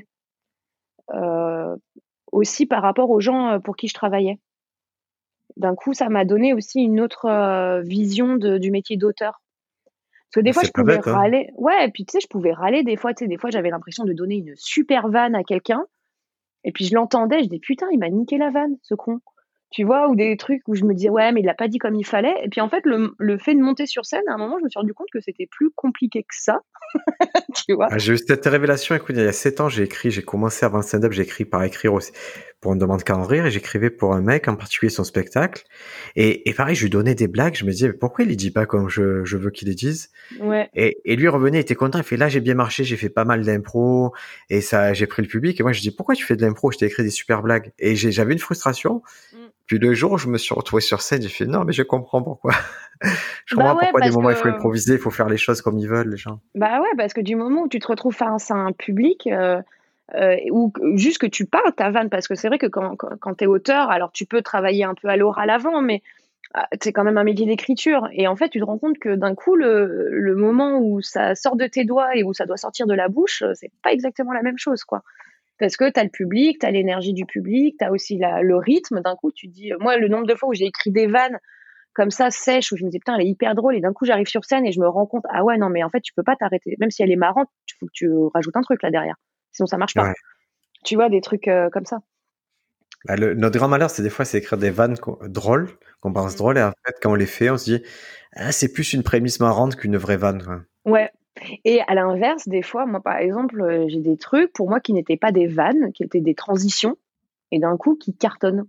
B: euh, aussi par rapport aux gens euh, pour qui je travaillais. D'un coup, ça m'a donné aussi une autre euh, vision de, du métier d'auteur. Parce que des fois, je
A: c'est pas
B: pouvais
A: bête, hein.
B: râler. Ouais, et puis tu sais, je pouvais râler des fois. Tu sais, des fois, j'avais l'impression de donner une super vanne à quelqu'un. Et puis je l'entendais, je dis putain, il m'a niqué la vanne, ce con. Tu vois, ou des trucs où je me disais ouais, mais il l'a pas dit comme il fallait. Et puis en fait, le, le fait de monter sur scène, à un moment, je me suis rendu compte que c'était plus compliqué que ça. Tu vois.
A: Ah, j'ai eu cette révélation, écoute, il y a sept ans, j'ai écrit, j'ai commencé avant le stand-up, j'ai écrit par écrire aussi, pour une demande qu'à en rire, et j'écrivais pour un mec, en particulier son spectacle. Et, et pareil, je lui donnais des blagues, je me disais, mais pourquoi il les dit pas comme je, je veux qu'il les dise?
B: Ouais.
A: Et, et lui revenait, il était content, il fait, là, j'ai bien marché, j'ai fait pas mal d'impro, et ça, j'ai pris le public, et moi, je dis, pourquoi tu fais de l'impro? Je t'ai écrit des super blagues. Et j'ai, j'avais une frustration.
B: Mm.
A: Puis le jour où je me suis retrouvé sur scène, j'ai fait, non, mais je comprends pourquoi. Je
B: Bah
A: comprends
B: ouais,
A: pourquoi des
B: parce
A: moments il faut
B: que
A: improviser, il faut faire les choses comme ils veulent, les gens.
B: bah ouais, parce que du moment où tu te retrouves face à un public, euh, euh, ou que- juste que tu parles ta vanne, parce que c'est vrai que quand, quand, quand tu es auteur, alors tu peux travailler un peu à l'oral avant, mais ah, c'est quand même un métier d'écriture. Et en fait, tu te rends compte que d'un coup, le, le moment où ça sort de tes doigts et où ça doit sortir de la bouche, euh, c'est pas exactement la même chose, quoi. Parce que tu as le public, tu as l'énergie du public, tu as aussi la, le rythme. D'un coup, tu te dis, moi, le nombre de fois où j'ai écrit des vannes comme ça sèche où je me disais putain elle est hyper drôle et d'un coup j'arrive sur scène et je me rends compte ah ouais non mais en fait tu peux pas t'arrêter même si elle est marrante il faut que tu rajoutes un truc là derrière sinon ça marche pas
A: Ouais.
B: tu vois des trucs euh, comme ça.
A: Bah, le, notre grand malheur, c'est des fois, c'est écrire des vannes qu'on- drôles, qu'on pense
B: Mm.
A: drôles, et en fait, quand on les fait, on se dit, ah, c'est plus une prémisse marrante qu'une vraie vanne, quoi.
B: Ouais, et à l'inverse des fois moi par exemple euh, j'ai des trucs pour moi qui n'étaient pas des vannes qui étaient des transitions et d'un coup qui cartonnent.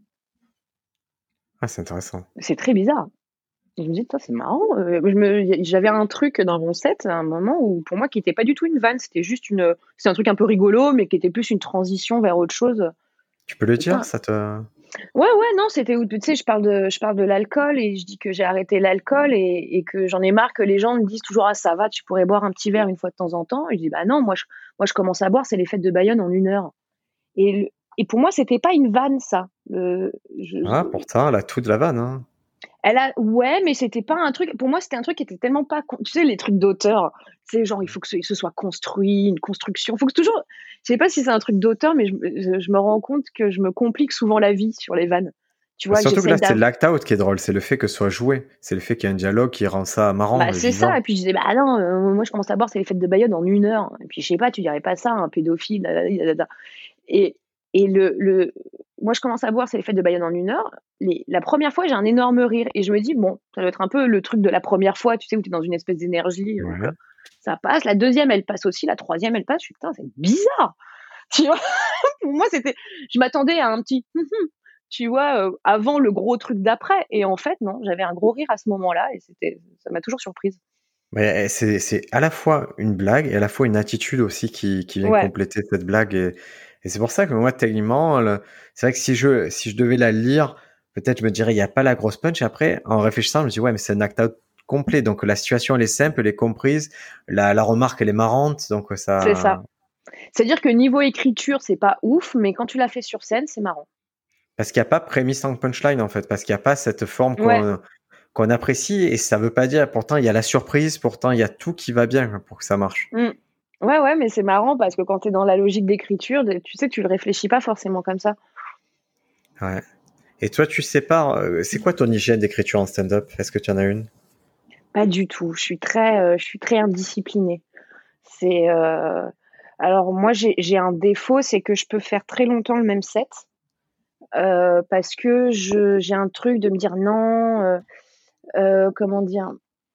A: Ah, c'est intéressant.
B: C'est très bizarre. Et je me dis putain c'est marrant. Euh, je me- j'avais un truc dans mon set à un moment où pour moi qui était pas du tout une vanne c'était juste une c'est un truc un peu rigolo mais qui était plus une transition vers autre chose.
A: Tu peux le dire,
B: Putain.
A: ça te...
B: Ouais, ouais, non, c'était où, tu sais, je parle de, je parle de l'alcool et je dis que j'ai arrêté l'alcool et, et que j'en ai marre que les gens me disent toujours, ah, ça va, tu pourrais boire un petit verre une fois de temps en temps. Et je dis, bah non, moi, je, moi, je commence à boire, c'est les fêtes de Bayonne en une heure. Et, le- et pour moi, c'était pas une vanne, ça. Le, je-
A: Ah,
B: je-
A: pourtant, elle a tout de la vanne, hein.
B: Elle a ouais, mais c'était pas un truc pour moi, c'était un truc qui était tellement pas con tu sais, les trucs d'auteur, tu sais, genre, il faut que ce ce soit construit, une construction, faut que toujours je sais pas si c'est un truc d'auteur, mais je me je je me rends compte que je me complique souvent la vie sur les vannes. Tu
A: Bah,
B: vois? Que
A: surtout que là,
B: j'essaye
A: c'est
B: d'av
A: l'act out qui est drôle, c'est le fait que ce soit joué. C'est le fait qu'il y ait un dialogue qui rend ça marrant
B: bah,
A: et
B: c'est ça
A: vivant.
B: et puis je disais: «Bah, non, heu, moi je commence à boire, c'est les fêtes de Bayonne en une heure» et puis je sais pas, tu dirais pas ça à un pédophile, da da da et et le le moi je commence à boire, c'est les fêtes de Bayonne en une heure. Les la première fois, j'ai un énorme rire et je me dis: «Bon, ça doit être un peu le truc de la première fois», tu sais, où tu es dans une espèce d'énergie, donc heu,
A: Ouais.
B: ça passe. La deuxième, elle passe aussi, la troisième, elle passe. Je suis: «Putain, c'est bizarre!» Tu vois? Pour moi, c'était je m'attendais à un petit «Mmh mh», tu vois, heu, avant le gros truc d'après et en fait, non, j'avais un gros rire à ce moment-là et c'était ça m'a toujours surprise.
A: Mais, eh, c'est c'est à la fois une blague et à la fois une attitude aussi qui qui vient
B: Ouais.
A: compléter cette blague et et c'est pour ça que moi, techniquement, le c'est vrai que si je si je devais la lire, peut-être je me dirais: «Il y a pas la grosse punch». Après, en réfléchissant, je me dis: «Ouais, mais c'est un act out complet, donc la situation, elle est simple, elle est comprise, la la remarque, elle est marrante», donc
B: C'est
A: ça
B: ça. C'est-à-dire que niveau écriture, c'est pas ouf, mais quand tu l'as fait sur scène, c'est marrant.
A: parce qu'il y a pas prémisse sans punchline, en fait, parce qu'il y a pas cette forme
B: Ouais.
A: qu'on qu'on apprécie et ça veut pas dire pourtant il y a la surprise, pourtant il y a tout qui va bien pour que ça marche.
B: Mmh. Ouais, ouais, mais c'est marrant parce que quand tu es dans la logique d'écriture, de tu sais, tu le réfléchis pas forcément comme ça.
A: Ouais. Et toi, tu sépares, heu, c'est quoi ton hygiène d'écriture en stand-up? Est-ce que tu en as une?
B: Pas du tout. Je suis très, heu, je suis très indisciplinée. C'est, heu alors moi, j'ai j'ai un défaut, c'est que je peux faire très longtemps le même set, heu, parce que je j'ai un truc de me dire: «Non», heu heu, comment dire?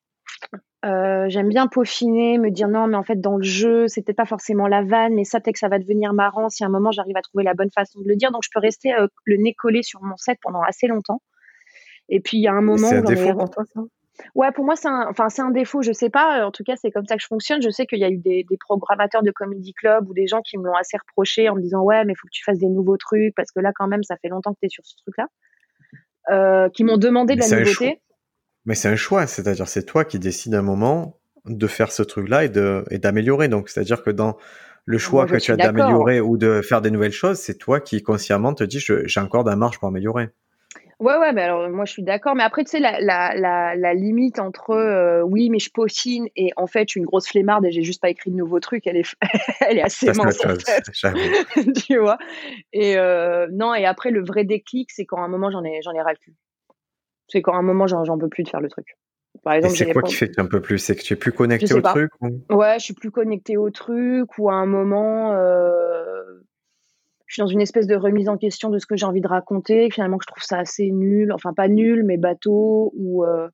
B: Heu, j'aime bien peaufiner, me dire: «Non, mais en fait, dans le jeu, c'est peut-être pas forcément la vanne, mais ça, peut-être que ça va devenir marrant si à un moment j'arrive à trouver la bonne façon de le dire». Donc je peux rester, heu, le nez collé sur mon set pendant assez longtemps et puis il y a un
A: Et
B: moment
A: c'est un
B: où j'en ai
A: défaut pour toi ça?
B: ouais, pour moi, c'est un enfin, c'est un défaut, je sais pas, heu, en tout cas, c'est comme ça que je fonctionne. Je sais qu'il y a eu des des programmateurs de comedy club ou des gens qui me l'ont assez reproché en me disant: «Ouais, mais il faut que tu fasses des nouveaux trucs parce que là, quand même, ça fait longtemps que tu es sur ce truc-là», heu, qui m'ont demandé de
A: Mais
B: la
A: c'est un choix
B: nouveauté.
A: mais c'est un choix, c'est-à-dire c'est toi qui décides à un moment de faire ce truc-là et de et d'améliorer donc c'est-à-dire que dans le choix
B: Moi, je
A: que tu
B: suis
A: as
B: d'accord.
A: d'améliorer ou de faire des nouvelles choses, c'est toi qui consciemment te dis: «Je j'ai encore de la marge pour améliorer».
B: Ouais, ouais, mais alors, moi, je suis d'accord, mais après, tu sais, la la la la limite entre, heu, oui, mais je peaufine et en fait, je suis une grosse flemmarde et j'ai juste pas écrit de nouveaux trucs, elle est f elle est assez
A: Ça, c'est
B: mince,
A: autre
B: en
A: chose,
B: fait,
A: j'avoue.
B: tu vois? Et heu, non et après, le vrai déclic, c'est quand à un moment, j'en ai j'en ai ras le cul. C'est quand à un moment, j'en j'en peux plus de faire le truc. Par
A: Et
B: exemple,
A: c'est
B: j'ai
A: quoi
B: pas
A: qui fait que tu en peux plus? C'est que tu es plus
B: je
A: connecté
B: sais
A: au
B: pas.
A: truc ou?
B: Ouais, je suis plus connectée au truc ou à un moment, heu, je suis dans une espèce de remise en question de ce que j'ai envie de raconter, finalement, que je trouve ça assez nul, enfin pas nul, mais bateau ou heu,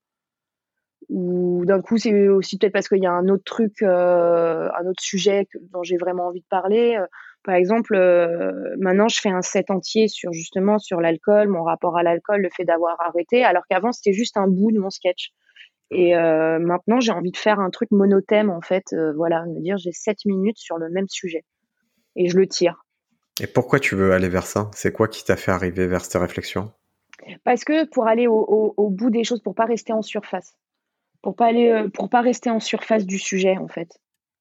B: ou d'un coup, c'est aussi peut-être parce qu'il y a un autre truc, heu, un autre sujet que dont j'ai vraiment envie de parler, heu. Par exemple, heu, maintenant, je fais un set entier sur justement sur l'alcool, mon rapport à l'alcool, le fait d'avoir arrêté, alors qu'avant, c'était juste un bout de mon sketch. Et heu, maintenant, j'ai envie de faire un truc monothème, en fait, heu, voilà, me dire: «J'ai sept minutes sur le même sujet» et je le tire.
A: Et pourquoi tu veux aller vers ça? C'est quoi qui t'a fait arriver vers cette réflexion?
B: Parce que pour aller au au au bout des choses, pour pas rester en surface, pour pas aller, heu, pour pas rester en surface du sujet, en fait.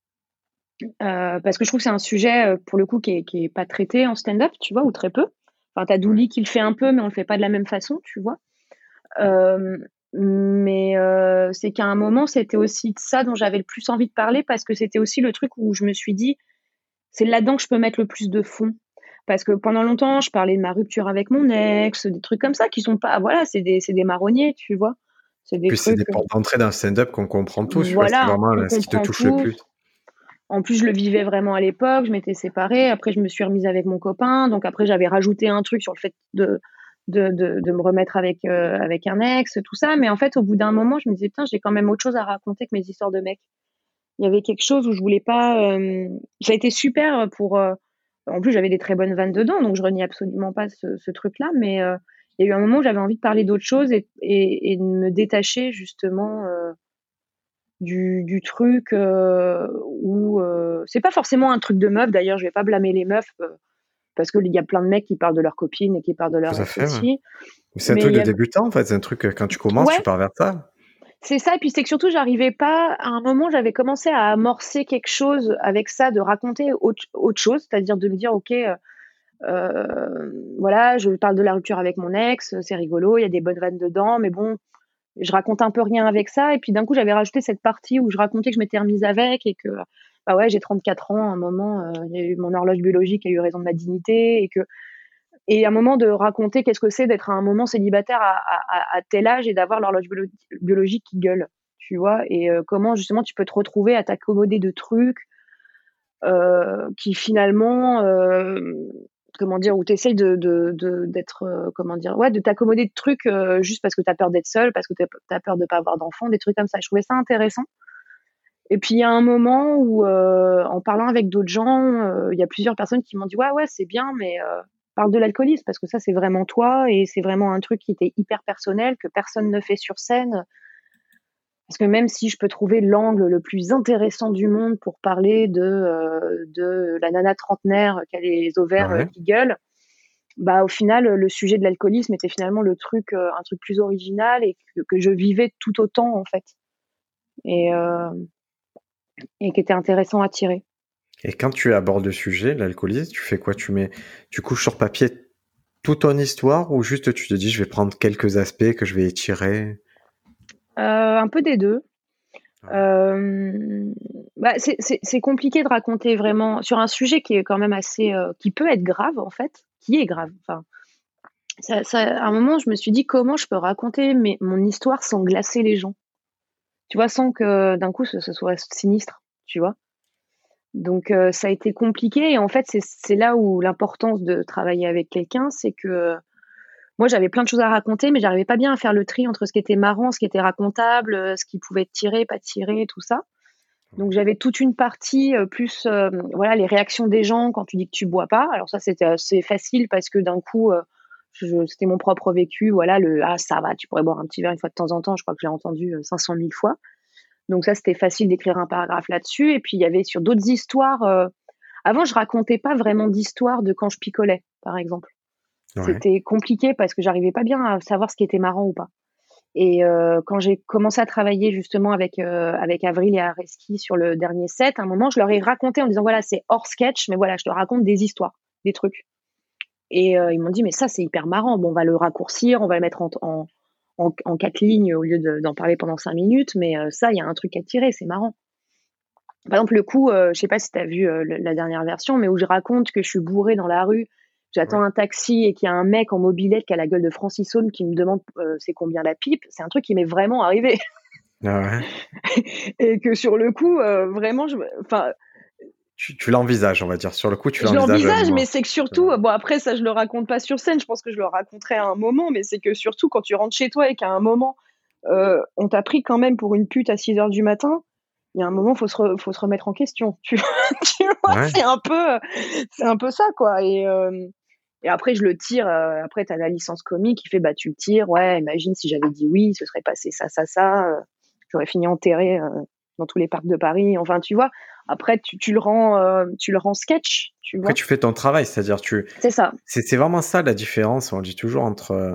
B: Heu, parce que je trouve que c'est un sujet, heu, pour le coup, qui est qui est pas traité en stand-up, tu vois? Ou très peu. Enfin, tu as
A: Ouais.
B: Dooley qui le fait un peu, mais on le fait pas de la même façon, tu vois? Hem, mais heu, c'est qu'à un moment, c'était aussi de ça dont j'avais le plus envie de parler parce que c'était aussi le truc où je me suis dit: «C'est là-dedans que je peux mettre le plus de fond». Parce que pendant longtemps, je parlais de ma rupture avec mon ex, des trucs comme ça qui sont pas voilà, c'est des c'est des marronniers, tu vois? C'est des
A: Puis c'est des
B: trucs, heu
A: portes d'entrée d'un stand-up qu'on comprend tous, tu vois? C'est
B: voilà,
A: vraiment
B: qu'on
A: le ce qui te
B: comprend
A: touche le
B: tous.
A: plus.
B: En plus, je le vivais vraiment à l'époque, je m'étais séparée, après je me suis remise avec mon copain, donc après j'avais rajouté un truc sur le fait de de de de me remettre avec, heu, avec un ex, tout ça, mais en fait, au bout d'un moment, je me disais: «Putain, j'ai quand même autre chose à raconter que mes histoires de mecs». Il y avait quelque chose où je voulais pas, hem ça a été super, pour, heu en plus, j'avais des très bonnes vannes dedans, donc je renie absolument pas ce ce truc-là, mais heu, il y a eu un moment où j'avais envie de parler d'autre chose et et et de me détacher justement, heu du du truc, heu, où, heu c'est pas forcément un truc de meuf d'ailleurs, je vais pas blâmer les meufs, heu, parce qu'il y a plein de mecs qui parlent de leurs copines et qui parlent de leur
A: Tout à
B: ex
A: fait, ouais.
B: aussi.
A: C'est un
B: Mais
A: truc
B: il y
A: de
B: a
A: débutant, en fait, c'est un truc, heu, quand tu commences, tu
B: ouais,
A: pars vers ça.
B: c'est ça et puis c'est que surtout j'arrivais pas à un moment, j'avais commencé à amorcer quelque chose avec ça, de raconter autre autre chose, c'est-à-dire de me dire: «OK, heu heu, voilà, je parle de la rupture avec mon ex, c'est rigolo, il y a des bonnes vannes dedans, mais bon, je raconte un peu rien avec ça. Et puis d'un coup, j'avais rajouté cette partie où je racontais que je m'étais remise avec et que, bah ouais, j'ai trente-quatre ans. À un moment, euh, il y a eu mon horloge biologique a eu raison de ma dignité et que, et à un moment de raconter qu'est-ce que c'est d'être à un moment célibataire à, à, à tel âge et d'avoir l'horloge biolo- biologique qui gueule, tu vois, et euh, comment justement tu peux te retrouver à t'accommoder de trucs euh, qui finalement, euh, comment dire, où tu essayes de, de, de, d'être, euh, comment dire, ouais, de t'accommoder de trucs euh, juste parce que tu as peur d'être seule, parce que tu as peur de pas avoir d'enfant, des trucs comme ça. Je trouvais ça intéressant. Et puis il y a un moment où, euh, en parlant avec d'autres gens, euh, il y a plusieurs personnes qui m'ont dit ouais ouais c'est bien, mais euh, parle de l'alcoolisme parce que ça c'est vraiment toi et c'est vraiment un truc qui était hyper personnel que personne ne fait sur scène. Parce que même si je peux trouver l'angle le plus intéressant du monde pour parler de euh, de la nana trentenaire qui a les ovaires euh,
A: Ouais.
B: qui gueulent, bah au final le sujet de l'alcoolisme était finalement le truc euh, un truc plus original et que, que je vivais tout autant en fait. Et euh, et qui était intéressant à tirer.
A: Et quand tu abordes le sujet, l'alcoolisme, tu fais quoi? Tu mets, tu couches sur papier toute ton histoire ou juste tu te dis je vais prendre quelques aspects que je vais étirer?
B: Euh, un peu des deux.
A: Ouais.
B: Euh, bah, c'est, c'est, c'est compliqué de raconter vraiment sur un sujet qui est quand même assez, euh, qui peut être grave en fait, qui est grave. Enfin, ça, ça, à un moment, je me suis dit comment je peux raconter mes, mon histoire sans glacer les gens, tu vois, sans que d'un coup ce, ce soit sinistre, tu vois. Donc euh, ça a été compliqué et en fait c'est, c'est là où l'importance de travailler avec quelqu'un, c'est que moi, j'avais plein de choses à raconter, mais j'arrivais pas bien à faire le tri entre ce qui était marrant, ce qui était racontable, euh, ce qui pouvait être tiré, pas tiré, tout ça. Donc, j'avais toute une partie euh, plus, euh, voilà, les réactions des gens quand tu dis que tu bois pas. Alors ça, c'était assez facile parce que d'un coup, euh, je, c'était mon propre vécu. Voilà, le ah ça va, tu pourrais boire un petit verre une fois de temps en temps. Je crois que j'ai entendu euh, cinq cent mille fois. Donc ça, c'était facile d'écrire un paragraphe là-dessus. Et puis il y avait sur d'autres histoires. Euh, avant, je racontais pas vraiment d'histoire de quand je picolais, par exemple.
A: Ouais.
B: C'était compliqué parce que j'arrivais pas bien à savoir ce qui était marrant ou pas. Et euh, quand j'ai commencé à travailler justement avec euh, avec Avril et Areski sur le dernier set, à un moment, je leur ai raconté en disant voilà, c'est hors sketch, mais voilà, je te raconte des histoires, des trucs. Et euh, ils m'ont dit mais ça c'est hyper marrant. Bon, on va le raccourcir, on va le mettre en en, en, en quatre lignes au lieu de, d'en parler pendant cinq minutes, mais euh, ça, il y a un truc à tirer, c'est marrant. Par exemple, le coup, euh, je sais pas si tu as vu euh, la dernière version, mais où je raconte que je suis bourrée dans la rue, j'attends
A: Ouais.
B: un taxi et qu'il y a un mec en mobilette qui a la gueule de Francis Saune qui me demande euh, c'est combien la pipe. C'est un truc qui m'est vraiment arrivé.
A: Ah ouais.
B: Et que sur le coup, euh, vraiment, je, enfin,
A: Tu, tu l'envisages, on va dire. Sur le coup, tu
B: je
A: l'envisages à un
B: l'envisage, mais
A: moment.
B: c'est que surtout, bon après ça je le raconte pas sur scène, je pense que je le raconterai à un moment, mais c'est que surtout quand tu rentres chez toi et qu'à un moment, euh, on t'a pris quand même pour une pute à six heures du matin, il y a un moment, faut se, re, faut se remettre en question. Tu vois, tu vois
A: Ouais.
B: c'est un peu, c'est un peu ça, quoi. Et, euh, et après, je le tire. Euh, après, t'as la licence comique qui fait, bah, tu le tires. Ouais, imagine si j'avais dit oui, ce serait passé ça, ça, ça. Euh, j'aurais fini enterré euh, dans tous les parcs de Paris. Enfin, tu vois. Après, tu, tu le rends, euh, tu le rends sketch, tu
A: Après,
B: vois.
A: tu fais ton travail, c'est-à-dire tu,
B: C'est ça.
A: c'est, c'est vraiment ça la différence. On dit toujours entre, euh,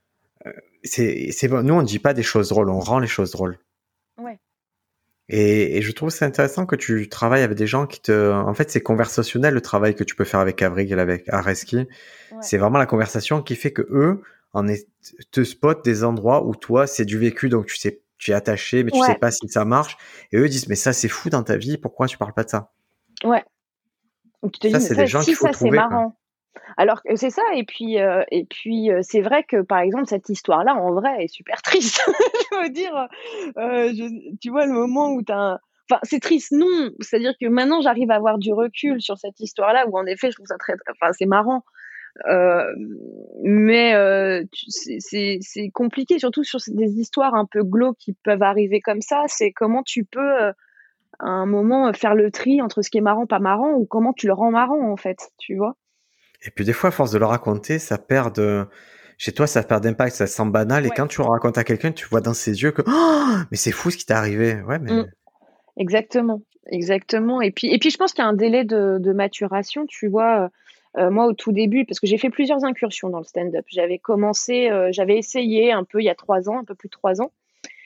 A: c'est, c'est, nous on dit pas des choses drôles, on rend les choses drôles.
B: Ouais.
A: Et, et je trouve c'est intéressant que tu travailles avec des gens qui te, en fait, c'est conversationnel le travail que tu peux faire avec Avril, avec Areski.
B: Ouais.
A: C'est vraiment la conversation qui fait que eux, en est, te spotent des endroits où toi, c'est du vécu, donc tu sais, tu es attaché, mais tu sais
B: Ouais.
A: pas si ça marche. Et eux disent, mais ça, c'est fou dans ta vie, pourquoi tu parles pas de ça?
B: Ouais. Donc tu te
A: Ça,
B: dis, mais
A: c'est des
B: ça,
A: gens qu'il
B: si
A: faut
B: ça c'est
A: trouver, quoi.
B: marrant. Alors que c'est ça, et puis euh, et puis euh, c'est vrai que par exemple cette histoire-là en vrai est super triste. Je veux dire, euh, je, tu vois le moment où t'as, un... enfin c'est triste non, c'est-à-dire que maintenant j'arrive à avoir du recul sur cette histoire-là où en effet je trouve ça très, enfin c'est marrant, euh, mais euh, tu- c'est c'est c'est compliqué surtout sur des histoires un peu glauques qui peuvent arriver comme ça. C'est comment tu peux euh, à un moment faire le tri entre ce qui est marrant pas marrant ou comment tu le rends marrant en fait, tu vois.
A: Et puis des fois, à force de le raconter, ça perd de, chez toi, ça perd d'impact, ça semble banal. Et
B: Ouais.
A: quand tu le racontes à quelqu'un, tu vois dans ses yeux que, oh, mais c'est fou ce qui t'est arrivé. Ouais, mais
B: Mm. Exactement, exactement. Et puis, et puis je pense qu'il y a un délai de, de maturation, tu vois. Euh, moi, au tout début, parce que j'ai fait plusieurs incursions dans le stand-up. J'avais commencé, euh, j'avais essayé un peu il y a trois ans, un peu plus de trois ans.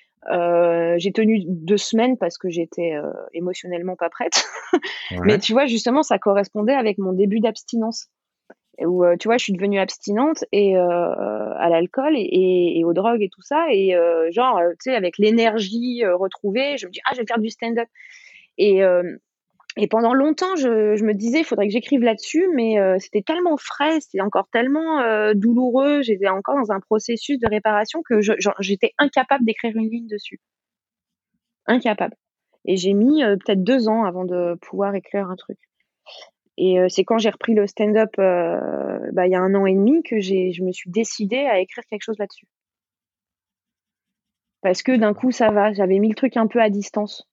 B: Euh, j'ai tenu deux semaines parce que j'étais euh, émotionnellement pas prête. Mais
A: ouais,
B: tu vois, justement, ça correspondait avec mon début d'abstinence. et où euh, tu vois, je suis devenue abstinente et euh, à l'alcool et, et, et aux drogues et tout ça, et euh, genre, euh, tu sais, avec l'énergie euh, retrouvée, je me dis ah, je vais faire du stand-up. Et euh, et pendant longtemps, je, je me disais, il faudrait que j'écrive là-dessus, mais euh, c'était tellement frais, c'était encore tellement euh, douloureux, j'étais encore dans un processus de réparation que je, genre, j'étais incapable d'écrire une ligne dessus, incapable. Et j'ai mis euh, peut-être deux ans avant de pouvoir écrire un truc. Et euh, c'est quand j'ai repris le stand-up, euh, bah, il y a un an et demi, que j'ai, je me suis décidée à écrire quelque chose là-dessus. Parce que d'un coup, ça va, j'avais mis le truc un peu à distance.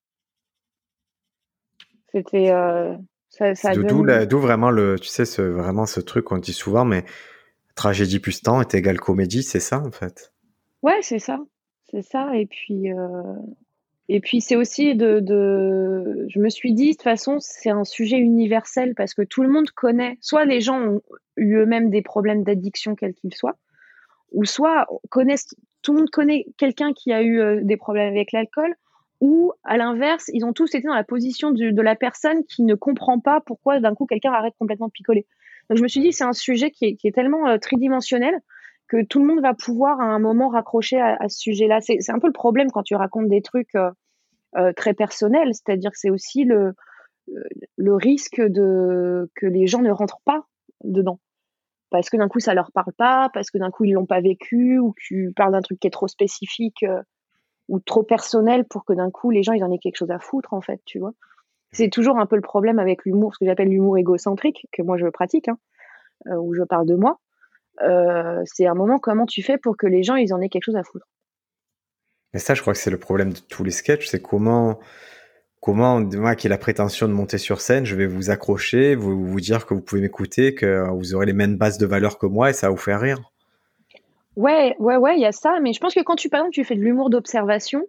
B: C'était, euh, ça, ça
A: C'est
B: a
A: d'où, d'où
B: donné.
A: la- d'où vraiment le, tu sais, ce, vraiment ce truc qu'on dit souvent, mais tragédie plus temps est égal comédie, c'est ça en fait.
B: Ouais, c'est ça, c'est ça. Et puis, euh, et puis c'est aussi de, de, je me suis dit, de toute façon, c'est un sujet universel parce que tout le monde connaît. Soit les gens ont eu eux-mêmes des problèmes d'addiction, quels qu'ils soient, ou soit connaissent, tout le monde connaît quelqu'un qui a eu euh, des problèmes avec l'alcool, ou à l'inverse, ils ont tous été dans la position du, de la personne qui ne comprend pas pourquoi d'un coup quelqu'un arrête complètement de picoler. Donc je me suis dit, c'est un sujet qui est, qui est tellement euh, tridimensionnel que tout le monde va pouvoir à un moment raccrocher à, à ce sujet-là. C'est, c'est un peu le problème quand tu racontes des trucs euh, euh, très personnels, c'est-à-dire que c'est aussi le, le risque de que les gens ne rentrent pas dedans parce que d'un coup ça leur parle pas, parce que d'un coup ils l'ont pas vécu, ou que tu parles d'un truc qui est trop spécifique euh, ou trop personnel pour que d'un coup les gens ils en aient quelque chose à foutre en fait, tu vois. C'est toujours un peu le problème avec l'humour, ce que j'appelle l'humour égocentrique, que moi je pratique, hein, euh, où je parle de moi. Euh, c'est un moment, comment tu fais pour que les gens ils en aient quelque chose à foutre.
A: Mais ça, je crois que c'est le problème de tous les sketchs, c'est comment, comment, moi qui ai la prétention de monter sur scène, je vais vous accrocher, vous, vous dire que vous pouvez m'écouter, que vous aurez les mêmes bases de valeur que moi et ça va vous faire rire.
B: Ouais, ouais, ouais, il y a ça, mais je pense que quand tu, par exemple, tu fais de l'humour d'observation,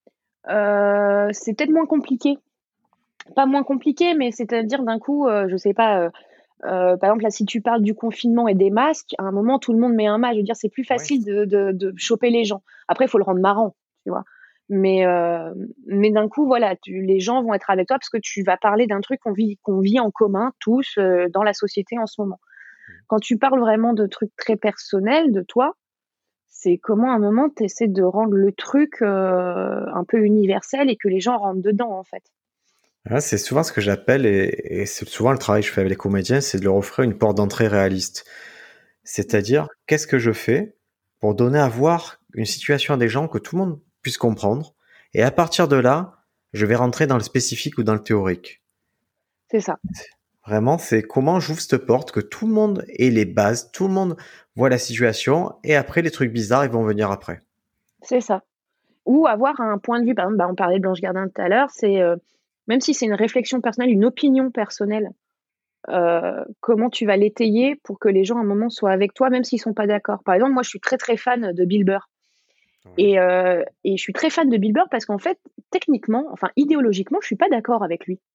B: euh, c'est peut-être moins compliqué. Pas moins compliqué, mais c'est-à-dire d'un coup, euh, je sais pas, euh, euh, par exemple, là, si tu parles du confinement et des masques, à un moment, tout le monde met un masque. Je veux dire, c'est plus
A: Ouais.
B: facile de, de, de choper les gens. Après, il faut le rendre marrant, tu vois. Mais, euh, mais d'un coup, voilà, tu, les gens vont être avec toi parce que tu vas parler d'un truc qu'on vit, qu'on vit en commun tous euh, dans la société en ce moment. Quand tu parles vraiment de trucs très personnels de toi, c'est comment à un moment tu essaies de rendre le truc euh, un peu universel et que les gens rentrent dedans, en fait.
A: Ah, c'est souvent ce que j'appelle, et, et c'est souvent le travail que je fais avec les comédiens, c'est de leur offrir une porte d'entrée réaliste. C'est-à-dire, qu'est-ce que je fais pour donner à voir une situation à des gens que tout le monde puisse comprendre, et à partir de là, je vais rentrer dans le spécifique ou dans le théorique.
B: C'est ça.
A: Vraiment, c'est comment j'ouvre cette porte, que tout le monde ait les bases, tout le monde voit la situation, et après, les trucs bizarres, ils vont venir après.
B: C'est ça. Ou avoir un point de vue, par exemple, bah, on parlait de Blanche Gardin tout à l'heure, c'est euh, même si c'est une réflexion personnelle, une opinion personnelle, euh, comment tu vas l'étayer pour que les gens à un moment soient avec toi, même s'ils sont pas d'accord. Par exemple, moi je suis très très fan de Bill Burr.
A: Ouais.
B: Et, euh, et je suis très fan de Bill Burr parce qu'en fait, techniquement, enfin idéologiquement, je suis pas d'accord avec lui.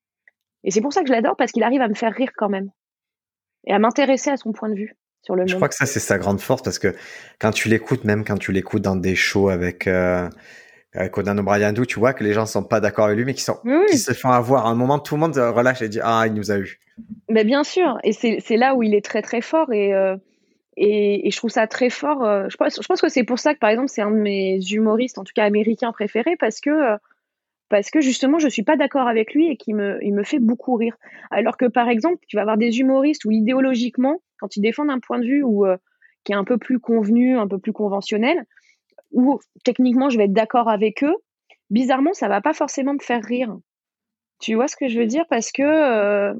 B: Et c'est pour ça que je l'adore, parce qu'il arrive à me faire rire quand même et à m'intéresser à son point de vue sur le
A: Je
B: monde.
A: crois que ça, c'est sa grande force, parce que quand tu l'écoutes, même quand tu l'écoutes dans des shows avec, euh, avec Conan O'Brien, d'où tu vois que les gens sont pas d'accord avec lui, mais qui sont,
B: Oui,
A: qui
B: oui.
A: se font avoir. À un moment, tout le monde relâche et dit, ah, il nous a eu.
B: Mais bien sûr, et c'est c'est là où il est très très fort, et euh, et, et je trouve ça très fort. euh, je pense je pense que c'est pour ça que par exemple c'est un de mes humoristes, en tout cas américains préférés, parce que euh, parce que justement je suis pas d'accord avec lui et qu'il me il me fait beaucoup rire. Alors que par exemple tu vas avoir des humoristes où idéologiquement quand ils défendent un point de vue ou euh, qui est un peu plus convenu, un peu plus conventionnel, où techniquement je vais être d'accord avec eux, bizarrement ça va pas forcément me faire rire. Tu vois ce que je veux dire? Parce que euh,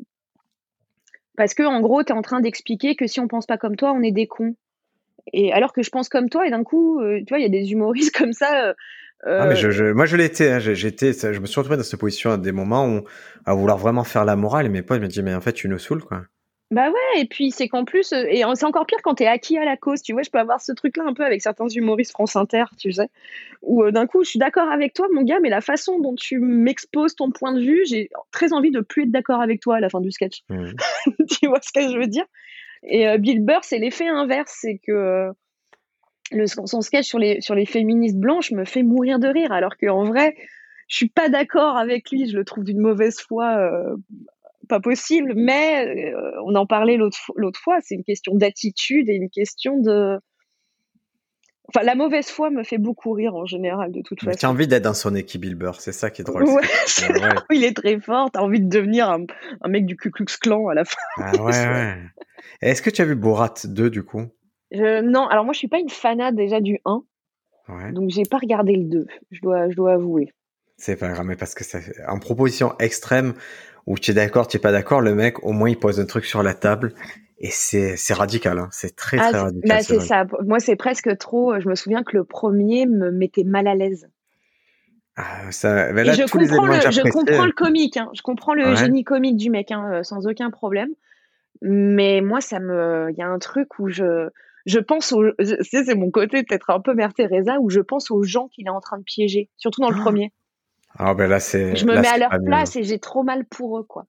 B: parce que en gros tu es en train d'expliquer que si on pense pas comme toi on est des cons. Et alors que je pense comme toi, et d'un coup, euh, tu vois, il y a des humoristes comme ça. Euh,
A: Ah, mais
B: euh,
A: je, je, moi, je l'étais, hein, j'ai- j'étais, ça- je me suis retrouvé dans cette position à des moments où, à vouloir vraiment faire la morale, et mes potes me disaient, mais en fait, tu nous saoules, quoi.
B: Bah ouais, et puis c'est qu'en plus, euh, et c'est encore pire quand t'es acquis à la cause. Tu vois, je peux avoir ce truc-là un peu avec certains humoristes France Inter, tu sais, où euh, d'un coup, je suis d'accord avec toi, mon gars, mais la façon dont tu m'exposes ton point de vue, j'ai très envie de plus être d'accord avec toi à la fin du sketch.
A: Mhm.
B: Tu vois ce que je veux dire? Et euh, Bill Burr, c'est l'effet inverse, c'est que euh, le, son sketch sur les, sur les féministes blanches me fait mourir de rire, alors qu'en vrai, je suis pas d'accord avec lui, je le trouve d'une mauvaise foi euh, pas possible. Mais euh, on en parlait l'autre, l'autre fois, c'est une question d'attitude et une question de... Enfin, la mauvaise foi me fait beaucoup rire en général, de toute
A: Mais tu as
B: façon.
A: envie d'être dans son équipe, Bill Burr, c'est ça qui est drôle.
B: Ouais,
A: C'est
B: c'est
A: que,
B: là
A: ouais.
B: où il est très fort. T'as envie de devenir un, un mec du Ku Klux Klan à la fin.
A: Ah ouais, ouais. Est-ce que tu as vu Borat deux du coup?
B: Je, non, alors moi je suis pas une fanat déjà du un,
A: Ouais.
B: donc j'ai pas regardé le deux, je dois, je dois avouer.
A: C'est pas grave, mais parce que ça, en proposition extrême où tu es d'accord, tu es pas d'accord, le mec au moins il pose un truc sur la table et c'est c'est radical, hein. C'est très
B: Ah,
A: très
B: c'est-
A: radical,
B: bah
A: c'est
B: c'est
A: vrai.
B: ça. Moi c'est presque trop. Je me souviens que le premier me mettait mal à l'aise.
A: Ah, ça, mais
B: Et
A: là
B: je
A: tous les
B: comprends
A: éléments que
B: le, je comprends
A: j'appréciais,
B: le comique, hein. Je comprends le
A: ouais.
B: génie comique du mec, hein, euh, sans aucun problème. Mais moi, ça me, il y a un truc où je, je pense aux, je- c'est c'est mon côté peut-être un peu Mère Teresa, où je pense aux gens qu'il est en train de piéger, surtout dans le premier.
A: Ah ben là
B: Je
A: c'est
B: me
A: là
B: mets à
A: c'est
B: leur
A: pas mieux, hein.
B: place et j'ai trop mal pour eux, quoi.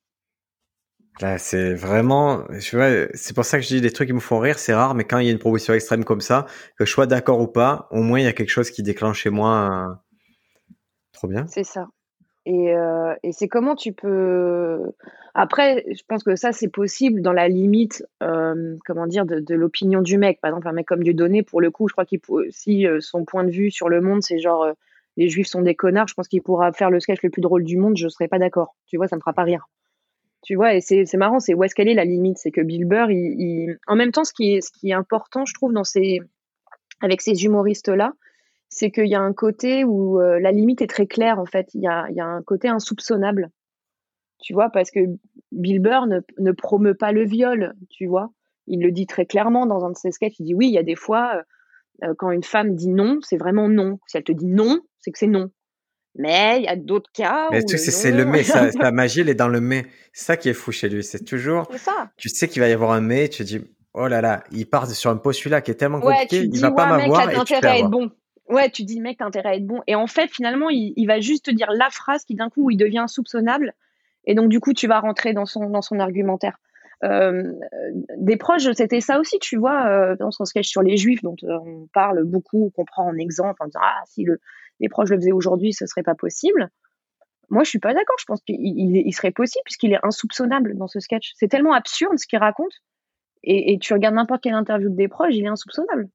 A: Là c'est vraiment, tu vois, c'est pour ça que je dis des trucs qui me font rire, c'est rare, mais quand il y a une proposition extrême comme ça, que je sois d'accord ou pas, au moins il y a quelque chose qui déclenche chez moi. un- Trop bien.
B: C'est ça. Et, euh, et c'est comment tu peux. Après, je pense que ça, c'est possible dans la limite, euh, comment dire, de, de l'opinion du mec. Par exemple, un mec comme Dieudonné, pour le coup, je crois qu'il peut, si euh, son point de vue sur le monde, c'est genre euh, les juifs sont des connards, je pense qu'il pourra faire le sketch le plus drôle du monde, je serais pas d'accord. Tu vois, ça me fera pas rire. Tu vois, et c'est c'est marrant, c'est où est-ce qu'elle est la limite. C'est que Bill Burr, il, il- en même temps, ce qui est, ce qui est important, je trouve, dans ces, avec ces humoristes-là, c'est qu'il y a un côté où euh, la limite est très claire, en fait. Il y a, il y a un côté insoupçonnable, tu vois, parce que Bill Burr ne, ne promeut pas le viol, tu vois. Il le dit très clairement dans un de ses sketchs. Il dit oui, il y a des fois, euh, quand une femme dit non, c'est vraiment non. Si elle te dit non, c'est que c'est non. Mais il y a d'autres cas
A: Mais
B: où
A: tu
B: le
A: sais, c'est le
B: non,
A: mais, sa, sa magie, elle est dans le mais. C'est ça qui est fou chez lui. C'est toujours,
B: c'est ça.
A: tu sais qu'il va y avoir un mais, tu te dis, oh là là, il part sur un postulat qui est tellement
B: Ouais,
A: compliqué,
B: tu te
A: il
B: dis,
A: va pas
B: ouais, mec, là,
A: m'avoir
B: t'as
A: et tu te fais
B: intérêt à être
A: avoir.
B: bon. Ouais, tu te dis, mec, t'as intérêt à être bon. Et en fait, finalement, il, il va juste te dire la phrase qui, d'un coup, il devient insoupçonnable. Et donc, du coup, tu vas rentrer dans son, dans son argumentaire. Euh, des proches, c'était ça aussi, tu vois, euh, dans son sketch sur les juifs, dont euh, on parle beaucoup, qu'on prend en exemple, en disant, ah, si le, les proches le faisaient aujourd'hui, ce serait pas possible. Moi, je suis pas d'accord. Je pense qu'il il, il serait possible, puisqu'il est insoupçonnable dans ce sketch. C'est tellement absurde ce qu'il raconte. Et, et tu regardes n'importe quelle interview de des proches, il est insoupçonnable.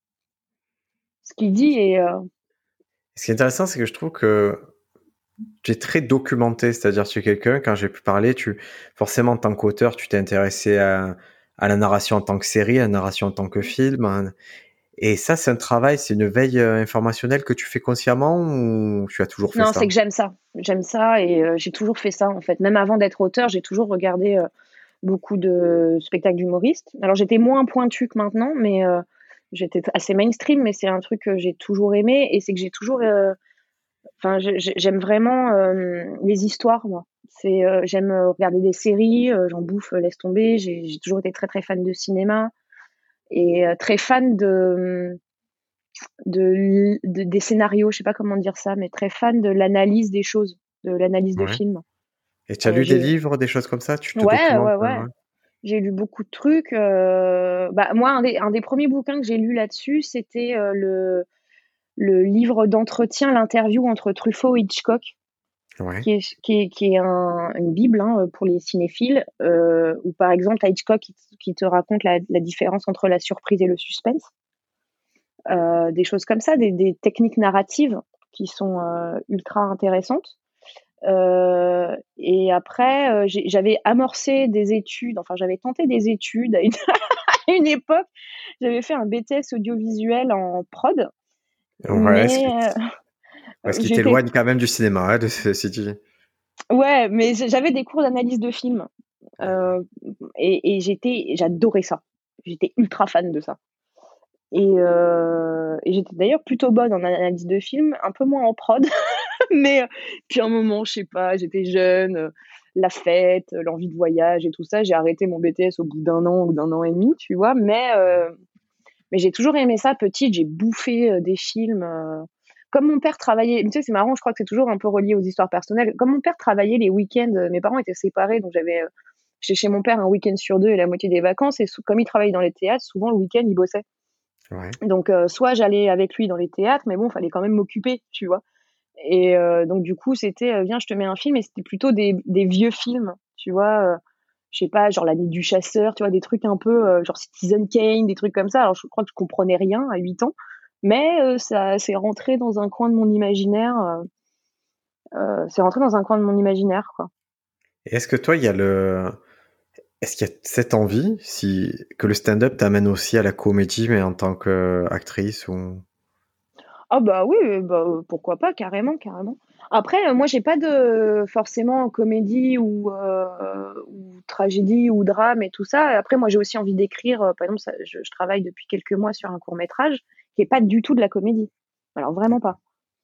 B: Ce qu'il dit est. euh,
A: Ce qui est intéressant, c'est que je trouve que tu es très documenté, c'est-à-dire tu es quelqu'un, quand j'ai pu parler, tu, forcément, en tant qu'auteur, tu t'es intéressé à, à la narration en tant que série, à la narration en tant que film. hein. Et ça, c'est un travail, c'est une veille euh, informationnelle que tu fais consciemment ou tu as toujours fait
B: Non,
A: ça?
B: c'est que j'aime ça. J'aime ça et euh, j'ai toujours fait ça en fait. Même avant d'être auteur, j'ai toujours regardé euh, beaucoup de spectacles d'humoristes. Alors j'étais moins pointue que maintenant, mais euh, j'étais assez mainstream, mais c'est un truc que j'ai toujours aimé et c'est que j'ai toujours. euh, Enfin, j'ai- j'ai- j'aime vraiment euh, les histoires, moi. C'est, euh, j'aime euh, regarder des séries, euh, j'en bouffe, euh, laisse tomber. J'ai j'ai toujours été très très fan de cinéma et euh, très fan de de, de- des scénarios, je sais pas comment dire ça, mais très fan de l'analyse des choses, de l'analyse de
A: Ouais.
B: films.
A: Et tu as
B: Euh,
A: lu des
B: j'ai,
A: livres, des choses comme ça? Tu te
B: ouais,
A: documentes?
B: ouais,
A: euh,
B: ouais.
A: ouais.
B: J'ai lu beaucoup de trucs. euh, Bah, moi, un des, un des premiers bouquins que j'ai lu là-dessus, c'était euh, le, le livre d'entretien, l'interview entre Truffaut et Hitchcock,
A: Ouais.
B: qui est, qui est, qui est un- une bible hein, pour les cinéphiles, euh, où par exemple, t'as Hitchcock qui, t- qui te raconte la, la différence entre la surprise et le suspense. Euh, des choses comme ça, des, des techniques narratives qui sont euh, ultra intéressantes. Euh, et après, euh, j'ai- j'avais amorcé des études, enfin j'avais tenté des études à une, à une époque. J'avais fait un B T S audiovisuel en prod,
A: Ouais, ce
B: mais
A: qui, ouais,
B: euh,
A: ce qui
B: j'étais,
A: t'éloigne quand même du cinéma, hein, de ceci dit.
B: ouais, mais j'avais des cours d'analyse de films
A: D'accord.
B: euh, et, et j'étais, j'adorais ça. J'étais ultra fan de ça. Et, euh, et j'étais d'ailleurs plutôt bonne en analyse de films, un peu moins en prod. Mais euh, puis un moment, je sais pas, j'étais jeune, euh, la fête, euh, l'envie de voyage et tout ça. J'ai arrêté mon B T S au bout d'un an ou d'un an et demi, tu vois. Mais, euh, mais j'ai toujours aimé ça. Petite, j'ai bouffé euh, des films. euh, Comme mon père travaillait, tu sais, c'est marrant, je crois que c'est toujours un peu relié aux histoires personnelles. Comme mon père travaillait les week-ends, euh, mes parents étaient séparés, donc j'avais, euh, j'étais chez mon père un week-end sur deux et la moitié des vacances. Et sou- comme il travaillait dans les théâtres, souvent le week-end, il bossait.
A: Ouais.
B: Donc, euh, soit j'allais avec lui dans les théâtres, mais bon, fallait quand même m'occuper, tu vois. Et euh, donc, du coup, c'était, euh, viens, je te mets un film, et c'était plutôt des, des vieux films, tu vois, euh, je sais pas, genre La Nuit du Chasseur, tu vois, des trucs un peu euh, genre Citizen Kane, des trucs comme ça. Alors je crois que je comprenais rien à huit ans, mais euh, ça c'est rentré dans un coin de mon imaginaire. Euh, euh, c'est rentré dans un coin de mon imaginaire, quoi.
A: Et est-ce que toi, il y a le, est-ce qu'il y a cette envie, si, que le stand-up t'amène aussi à la comédie, mais en tant qu'actrice ou...
B: Ah bah oui, euh, bah, euh, pourquoi pas, carrément, carrément. Après, euh, moi, j'ai pas de forcément comédie ou, euh, ou tragédie ou drame et tout ça. Après, moi, j'ai aussi envie d'écrire. euh, Par exemple, ça, je, je travaille depuis quelques mois sur un court métrage qui est pas du tout de la comédie. Alors vraiment pas.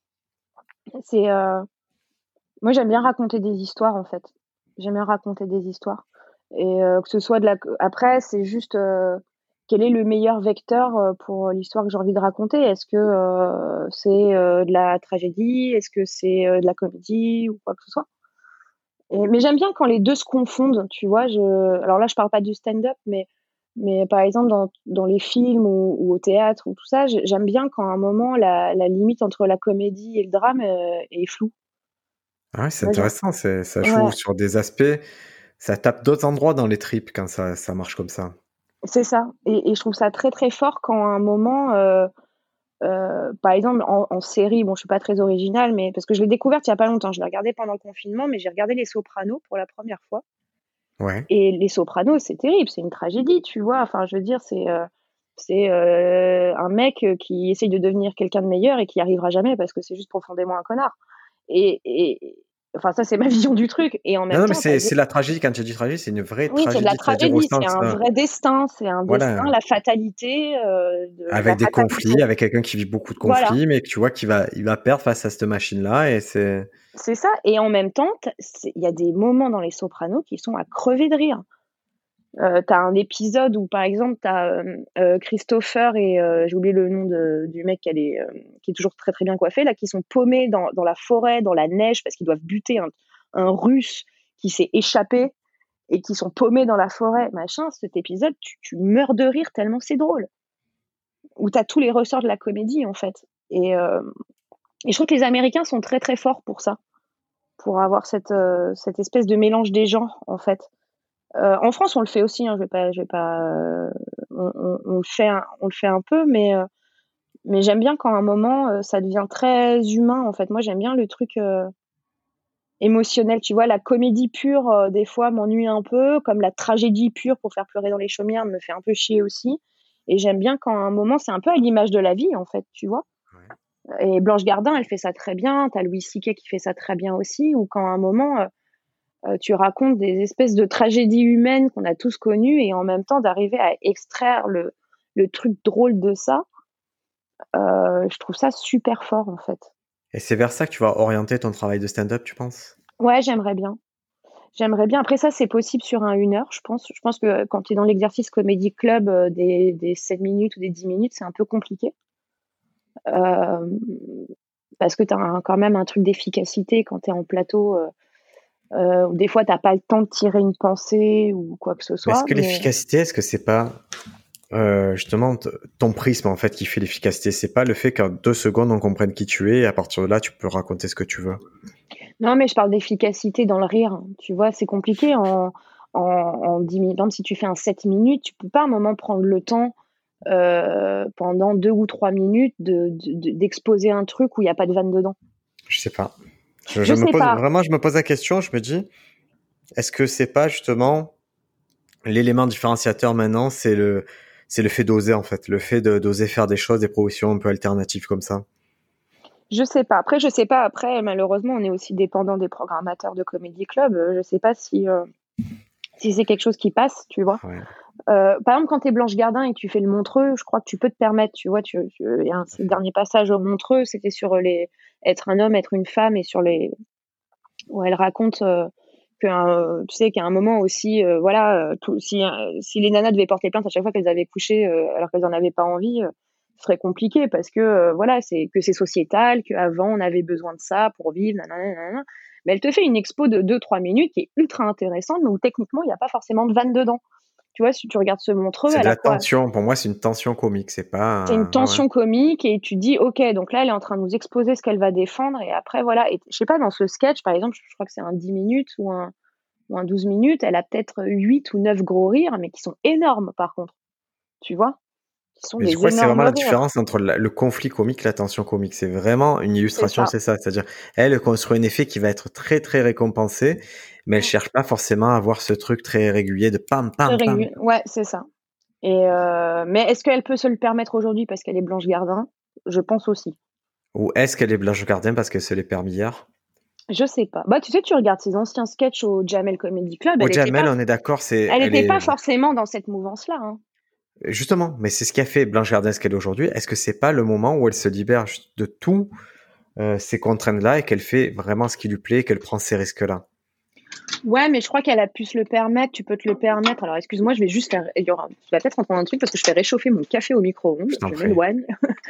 B: C'est euh, Moi, j'aime bien raconter des histoires en fait. J'aime bien raconter des histoires et euh, que ce soit de la. Après, c'est juste. euh, quel est le meilleur vecteur euh, pour l'histoire que j'ai envie de raconter? Est-ce que euh, c'est euh, de la tragédie? Est-ce que c'est euh, de la comédie ou quoi que ce soit? Et, mais j'aime bien quand les deux se confondent, tu vois. Je... Alors là, je parle pas du stand-up, mais, mais par exemple, dans, dans les films ou, ou au théâtre ou tout ça, j'ai- j'aime bien quand à un moment, la, la limite entre la comédie et le drame euh, est floue.
A: Ah ouais, c'est
B: Moi, j'aime-
A: intéressant, c'est, ça joue
B: ouais,
A: sur des aspects, ça tape d'autres endroits dans les tripes quand ça, ça marche comme ça.
B: c'est ça. Et, et je trouve ça très, très fort quand à un moment... euh, Euh, par exemple, en, en série, bon, je suis pas très originale, mais parce que je l'ai découverte il y a pas longtemps. Je l'ai regardée pendant le confinement, mais j'ai regardé Les Sopranos pour la première fois.
A: Ouais.
B: Et Les Sopranos, c'est terrible, c'est une tragédie, tu vois. Enfin, je veux dire, c'est euh, c'est euh, un mec qui essaye de devenir quelqu'un de meilleur et qui n'y arrivera jamais parce que c'est juste profondément un connard. Et, et enfin, ça, c'est ma vision du truc. Et en
A: Non,
B: même
A: non, mais
B: temps, t'as
A: c'est,
B: des...
A: c'est la tragédie. Quand tu dis tragédie, c'est une vraie
B: oui, c'est de la
A: tragédie. C'est-à-dire au
B: tragédie, c'est
A: sens,
B: un
A: euh,
B: vrai destin, c'est un destin,
A: voilà,
B: la fatalité, euh, de, la
A: avec des
B: fatalité.
A: conflits, avec quelqu'un qui vit beaucoup de
B: Voilà.
A: conflits, mais que tu vois qu'il va, il va perdre face à cette machine-là, et c'est,
B: C'est ça. Et en même temps, t'as- c'est- il y a des moments dans Les Sopranos qui sont à crever de rire. Euh, t'as un épisode où, par exemple, t'as euh, euh, Christopher et euh, j'ai oublié le nom de- du mec qui, a les, euh, qui est toujours très très bien coiffé, là, qui sont paumés dans, dans la forêt, dans la neige, parce qu'ils doivent buter un, un Russe qui s'est échappé et qui sont paumés dans la forêt, machin. Cet épisode, tu, tu meurs de rire tellement c'est drôle. Où t'as tous les ressorts de la comédie, en fait. Et, euh, et je trouve que les Américains sont très très forts pour ça, pour avoir cette, euh, cette espèce de mélange des genres, en fait. Euh, en France, on le fait aussi, hein, je vais pas, je vais pas, euh, on, on- on le fait, un, on le fait un peu, mais, euh, mais j'aime bien quand à un moment, euh, ça devient très humain, en fait. Moi, j'aime bien le truc euh, émotionnel, tu vois, la comédie pure, euh, des fois, m'ennuie un peu, comme la tragédie pure pour faire pleurer dans les chaumières me fait un peu chier aussi. Et j'aime bien quand à un moment, c'est un peu à l'image de la vie, en fait, tu vois.
A: ouais.
B: Et Blanche Gardin, elle fait ça très bien. T'as Louis C K qui fait ça très bien aussi. Ou quand à un moment, euh, euh, tu racontes des espèces de tragédies humaines qu'on a tous connues et en même temps d'arriver à extraire le, le truc drôle de ça, euh, je trouve ça super fort en fait.
A: Et c'est vers ça que tu vas orienter ton travail de stand-up, tu penses?
B: Ouais, j'aimerais bien. J'aimerais bien. Après ça, c'est possible sur un une heure, je pense. Je pense que quand tu es dans l'exercice comédie club, euh, des, des sept minutes ou des dix minutes, c'est un peu compliqué. Euh, Parce que tu as quand même un truc d'efficacité quand tu es en plateau. Euh, euh, où des fois, tu n'as pas le temps de tirer une pensée ou quoi que ce
A: Mais est-ce
B: soit.
A: que
B: Mais
A: l'efficacité, est-ce que c'est pas euh, justement t- ton prisme en fait qui fait l'efficacité? C'est pas le fait qu'en deux secondes on comprenne qui tu es et à partir de là tu peux raconter ce que tu veux.
B: non, mais je parle d'efficacité dans le rire. Tu vois, c'est compliqué en, en, en dix minutes. Par exemple, si tu fais un sept minutes, tu peux pas à un moment prendre le temps euh, pendant deux ou trois minutes de, de- d'exposer un truc où il n'y a pas de vanne dedans.
A: Je sais pas. Je, je
B: Je
A: me
B: sais
A: pose
B: pas.
A: vraiment, je me pose la question. Je me dis, est-ce que c'est pas justement l'élément différenciateur maintenant, c'est le, c'est le fait d'oser en fait, le fait de d'oser faire des choses, des propositions un peu alternatives comme ça.
B: Je sais pas. Après, je sais pas. Après, malheureusement, on est aussi dépendant des programmateurs de Comedy Club. Euh, Je sais pas si, euh, si c'est quelque chose qui passe, tu vois.
A: Ouais.
B: Euh, par exemple, quand tu es Blanche Gardin et que tu fais le Montreux, je crois que tu peux te permettre, tu vois, tu, tu, il y a un ces derniers passages au Montreux, c'était sur les être un homme, être une femme et sur les où elle raconte euh, que euh, tu sais qu'à un moment aussi, euh, voilà, euh, tout, si euh, si les nanas devaient porter plainte à chaque fois qu'elles avaient couché euh, alors qu'elles en avaient pas envie, euh, ce serait compliqué parce que euh, voilà, c'est que c'est sociétal, qu'avant on avait besoin de ça pour vivre, nanana, nanana. Mais elle te fait une expo de deux trois minutes qui est ultra intéressante, mais où techniquement il n'y a pas forcément de vanne dedans. Tu vois, si tu regardes ce Montreux,
A: C'est
B: à
A: de
B: la
A: la
B: fois,
A: tension. Pour moi, c'est une tension comique. C'est
B: c'est une
A: pas, euh, ouais, ouais.
B: tension comique et tu dis, ok, donc là, elle est en train de nous exposer ce qu'elle va défendre et après, voilà. Et je sais pas, dans ce sketch, par exemple, je crois que c'est un dix minutes ou un, ou un douze minutes, elle a peut-être huit ou neuf gros rires, mais qui sont énormes par contre. Tu vois? Qui sont
A: Mais je
B: des
A: crois que c'est vraiment
B: énormes
A: la
B: rires.
A: différence entre la- le conflit comique et la tension comique. C'est vraiment une
B: C'est
A: illustration,
B: ça.
A: c'est ça. C'est-à-dire, elle elle construit un effet qui va être très très récompensé, mais elle
B: Mmh.
A: cherche pas forcément à avoir ce truc très régulier de pam
B: Très
A: pam pam.
B: régu ouais, c'est ça. Et heu, mais est-ce qu'elle peut se le permettre aujourd'hui parce qu'elle est Blanche Gardin? Je pense aussi.
A: Ou est-ce qu'elle est Blanche Gardin parce qu'elle se l'est permis hier?
B: Je sais pas. Bah, tu sais, tu regardes ses anciens sketchs au Jamel Comedy Club,
A: Au
B: elle était
A: Jamel,
B: pas
A: on est d'accord, c'est,
B: elle
A: elle
B: était
A: est,
B: pas forcément dans cette mouvance-là, hein.
A: justement, mais c'est ce qui a fait Blanche Gardin ce qu'elle est aujourd'hui. Est-ce que c'est pas le moment où elle se libère juste de tout, euh, ces contraintes-là et qu'elle fait vraiment ce qui lui plaît, qu'elle prend ces risques-là?
B: Ouais, mais je crois qu'elle a pu se le permettre, tu peux te le permettre. Alors excuse-moi, je vais juste faire il y aura tu vas peut-être entendre un truc parce que je fais réchauffer mon café au
A: Je
B: micro-ondes,
A: t'en
B: je
A: prie.
B: m'éloigne.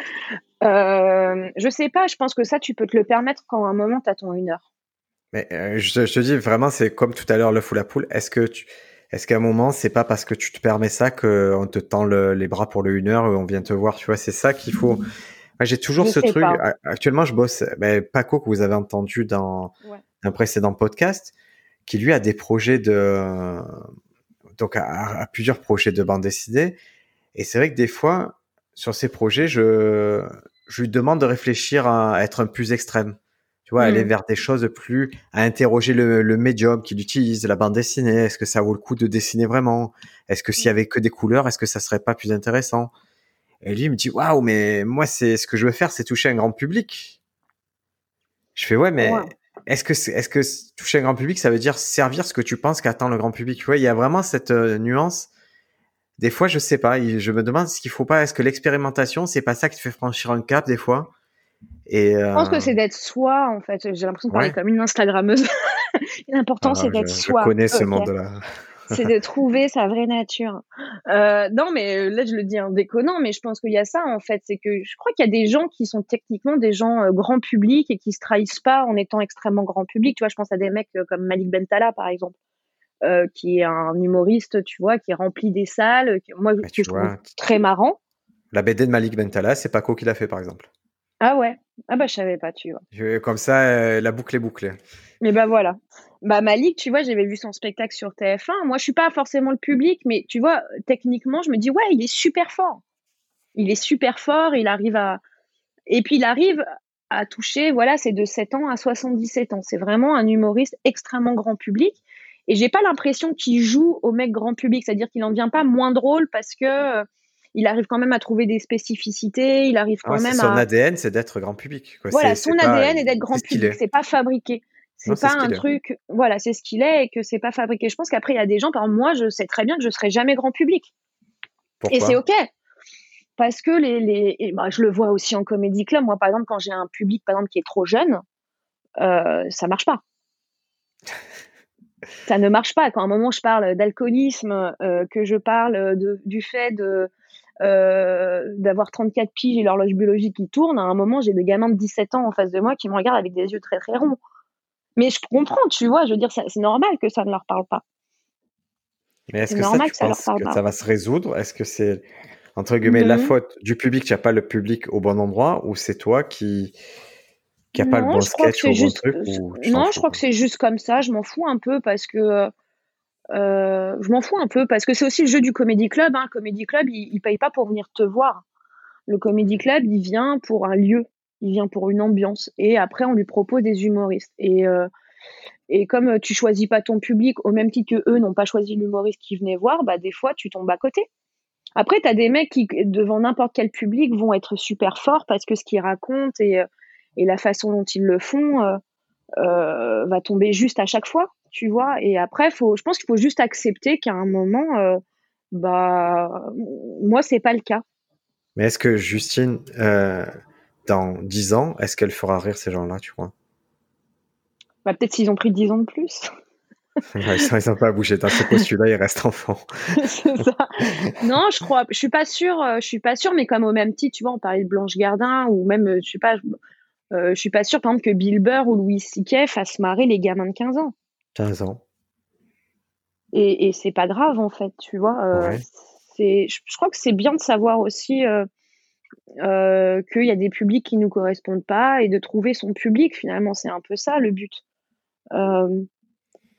B: Heu, je sais pas, je pense que ça, tu peux te le permettre quand à un moment tu as ton une heure.
A: Mais euh, je, te je te dis vraiment, c'est comme tout à l'heure, l'œuf ou la poule. Est-ce que tu, est-ce qu'à un moment, c'est pas parce que tu te permets ça qu'on te tend le- les bras pour le une heure et on vient te voir, tu vois? C'est ça qu'il faut. Moi, j'ai toujours
B: Je
A: ce
B: sais
A: truc.
B: pas.
A: a- Actuellement, je bosse. Ben, Paco que vous avez entendu dans
B: Ouais.
A: un précédent podcast, qui lui a des projets de, donc à, à plusieurs projets de bande dessinée. Et c'est vrai que des fois, sur ces projets, je, je lui demande de réfléchir à être un peu plus extrême. Tu vois, aller
B: Mmh.
A: vers des choses plus, à interroger le, le médium qu'il utilise, la bande dessinée. Est-ce que ça vaut le coup de dessiner vraiment? Est-ce que s'il y
B: Mmh.
A: avait que des couleurs, est-ce que ça serait pas plus intéressant? Et lui, il me dit, waouh, mais moi, c'est, ce que je veux faire, c'est toucher un grand public. Je fais, ouais,
B: Ouais.
A: mais est-ce que, c'est- est-ce que toucher un grand public, ça veut dire servir ce que tu penses qu'attend le grand public? Tu vois, il y a vraiment cette euh, nuance. Des fois, je sais pas. Je me demande ce qu'il faut pas. Est-ce que l'expérimentation, c'est pas ça qui te fait franchir un cap des fois? Et
B: Je pense que
A: euh,
B: c'est d'être soi, en fait. J'ai l'impression de parler
A: ouais.
B: comme une instagrammeuse. L'important, c'est
A: Alors, je,
B: d'être
A: je
B: soi.
A: connais ce
B: OK.
A: monde-là.
B: C'est de trouver sa vraie nature. Heu, non, mais euh, là, je le dis en déconnant, mais je pense qu'il y a ça, en fait. C'est que je crois qu'il y a des gens qui sont techniquement des gens, heu, grand public et qui se trahissent pas en étant extrêmement grand public. Tu vois? Je pense à des mecs, heu, comme Malik Bentala, par exemple, heu, qui est un humoriste, tu vois? Qui remplit des salles, que moi,
A: Mais
B: que
A: tu
B: je trouve
A: vois,
B: très marrant.
A: la B D de Malik Bentala, c'est Paco qui l'a fait, par exemple.
B: Ah ouais? Ah bah, je savais pas, tu vois?
A: Je- Comme ça, euh, la boucle est bouclée.
B: Mais bah, voilà. Bah, Malik, tu vois, j'avais vu son spectacle sur T F un. Moi, je suis pas forcément le public, mais tu vois, techniquement, je me dis: «Ouais, il est super fort». Il est super fort, il arrive à et puis il arrive à toucher, voilà, c'est de sept ans à soixante-dix-sept ans. C'est vraiment un humoriste extrêmement grand public et j'ai pas l'impression qu'il joue au mec grand public. C'est-à-dire qu'il en devient pas moins drôle parce que, heu, il arrive quand même à trouver des spécificités, il arrive
A: Ah,
B: quand
A: c'est
B: même
A: son
B: à
A: A D N, c'est d'être grand public, quoi.
B: voilà,
A: C'est,
B: son
A: c'est pas,
B: A D N est d'être
A: c'est
B: grand
A: ce qu'il
B: public,
A: est.
B: c'est pas fabriqué.
A: Non,
B: C'est
A: c'est
B: pas
A: ce
B: un
A: qu'il est.
B: truc voilà, c'est ce qu'il est et que c'est pas fabriqué. Je pense qu'après il y a des gens, par exemple moi, je sais très bien que je serai jamais grand public et c'est
A: Pourquoi?
B: OK. Parce que les les et bah, je le vois aussi en comédie club. Moi, par exemple, quand j'ai un public, par exemple, qui est trop jeune, heu, ça marche pas. Ça ne marche pas. Quand à un moment je parle d'alcoolisme, heu, que je parle, de du fait de, heu, d'avoir trente-quatre piges et l'horloge biologique qui tourne, à un moment, j'ai des gamins de dix-sept ans en face de moi qui me regardent avec des yeux très, très ronds. Mais je comprends, tu vois? Je veux dire, ça c'est normal que ça ne leur parle pas.
A: Mais est-ce
B: C'est
A: que ça,
B: normal
A: tu
B: que ça leur
A: penses
B: parle
A: que
B: pas.
A: ça va se résoudre? Est-ce que c'est, entre guillemets, la
B: Mmh.
A: faute du public qui a pas le public au bon endroit, ou c'est toi qui, qui a pas le
B: Non,
A: bon
B: je crois que
A: sketch
B: c'est
A: ou au bon
B: juste,
A: truc,
B: heu,
A: ou tu t'en
B: non, je
A: fous,
B: crois que
A: quoi?
B: c'est juste comme ça. Je m'en fous un peu parce que, Heu, je m'en fous un peu parce que c'est aussi le jeu du comedy club, hein. Le comedy club, il il paye pas pour venir te voir. Le comedy club, il vient pour un lieu, il vient pour une ambiance et après on lui propose des humoristes et heu et comme, heu, tu choisis pas ton public au même titre qu'eux n'ont pas choisi l'humoriste qu'ils venaient voir, bah, des fois tu tombes à côté. Après tu as des mecs qui, devant n'importe quel public, vont être super forts parce que ce qu'ils racontent et heu et la façon dont ils le font, heu heu, va tomber juste à chaque fois, tu vois? Et après, faut je pense qu'il faut juste accepter qu'à un moment, heu, bah, moi, c'est pas le cas.
A: Mais est-ce que Justine, euh, dans dix ans, est-ce qu'elle fera rire ces gens-là, tu crois?
B: Bah, peut-être s'ils ont pris dix ans de plus.
A: Ouais, ils sont, ils sont pas bougés. Dans ce postulat, ils restent enfants.
B: C'est ça. Non, je crois je suis pas sûre, heu, je suis pas sûre, mais comme au même titre, tu vois, on parlait de Blanche Gardin ou même, heu, je sais pas, heu, je suis pas sûre, par exemple, que Bill Burr ou Louis C K fassent marrer les gamins de quinze ans
A: quinze ans.
B: et et c'est pas grave, en fait, tu vois? Heu,
A: Ouais.
B: c'est je je crois que c'est bien de savoir aussi, heu heu, qu'il y a des publics qui nous correspondent pas et de trouver son public finalement, c'est un peu ça le but. Hem,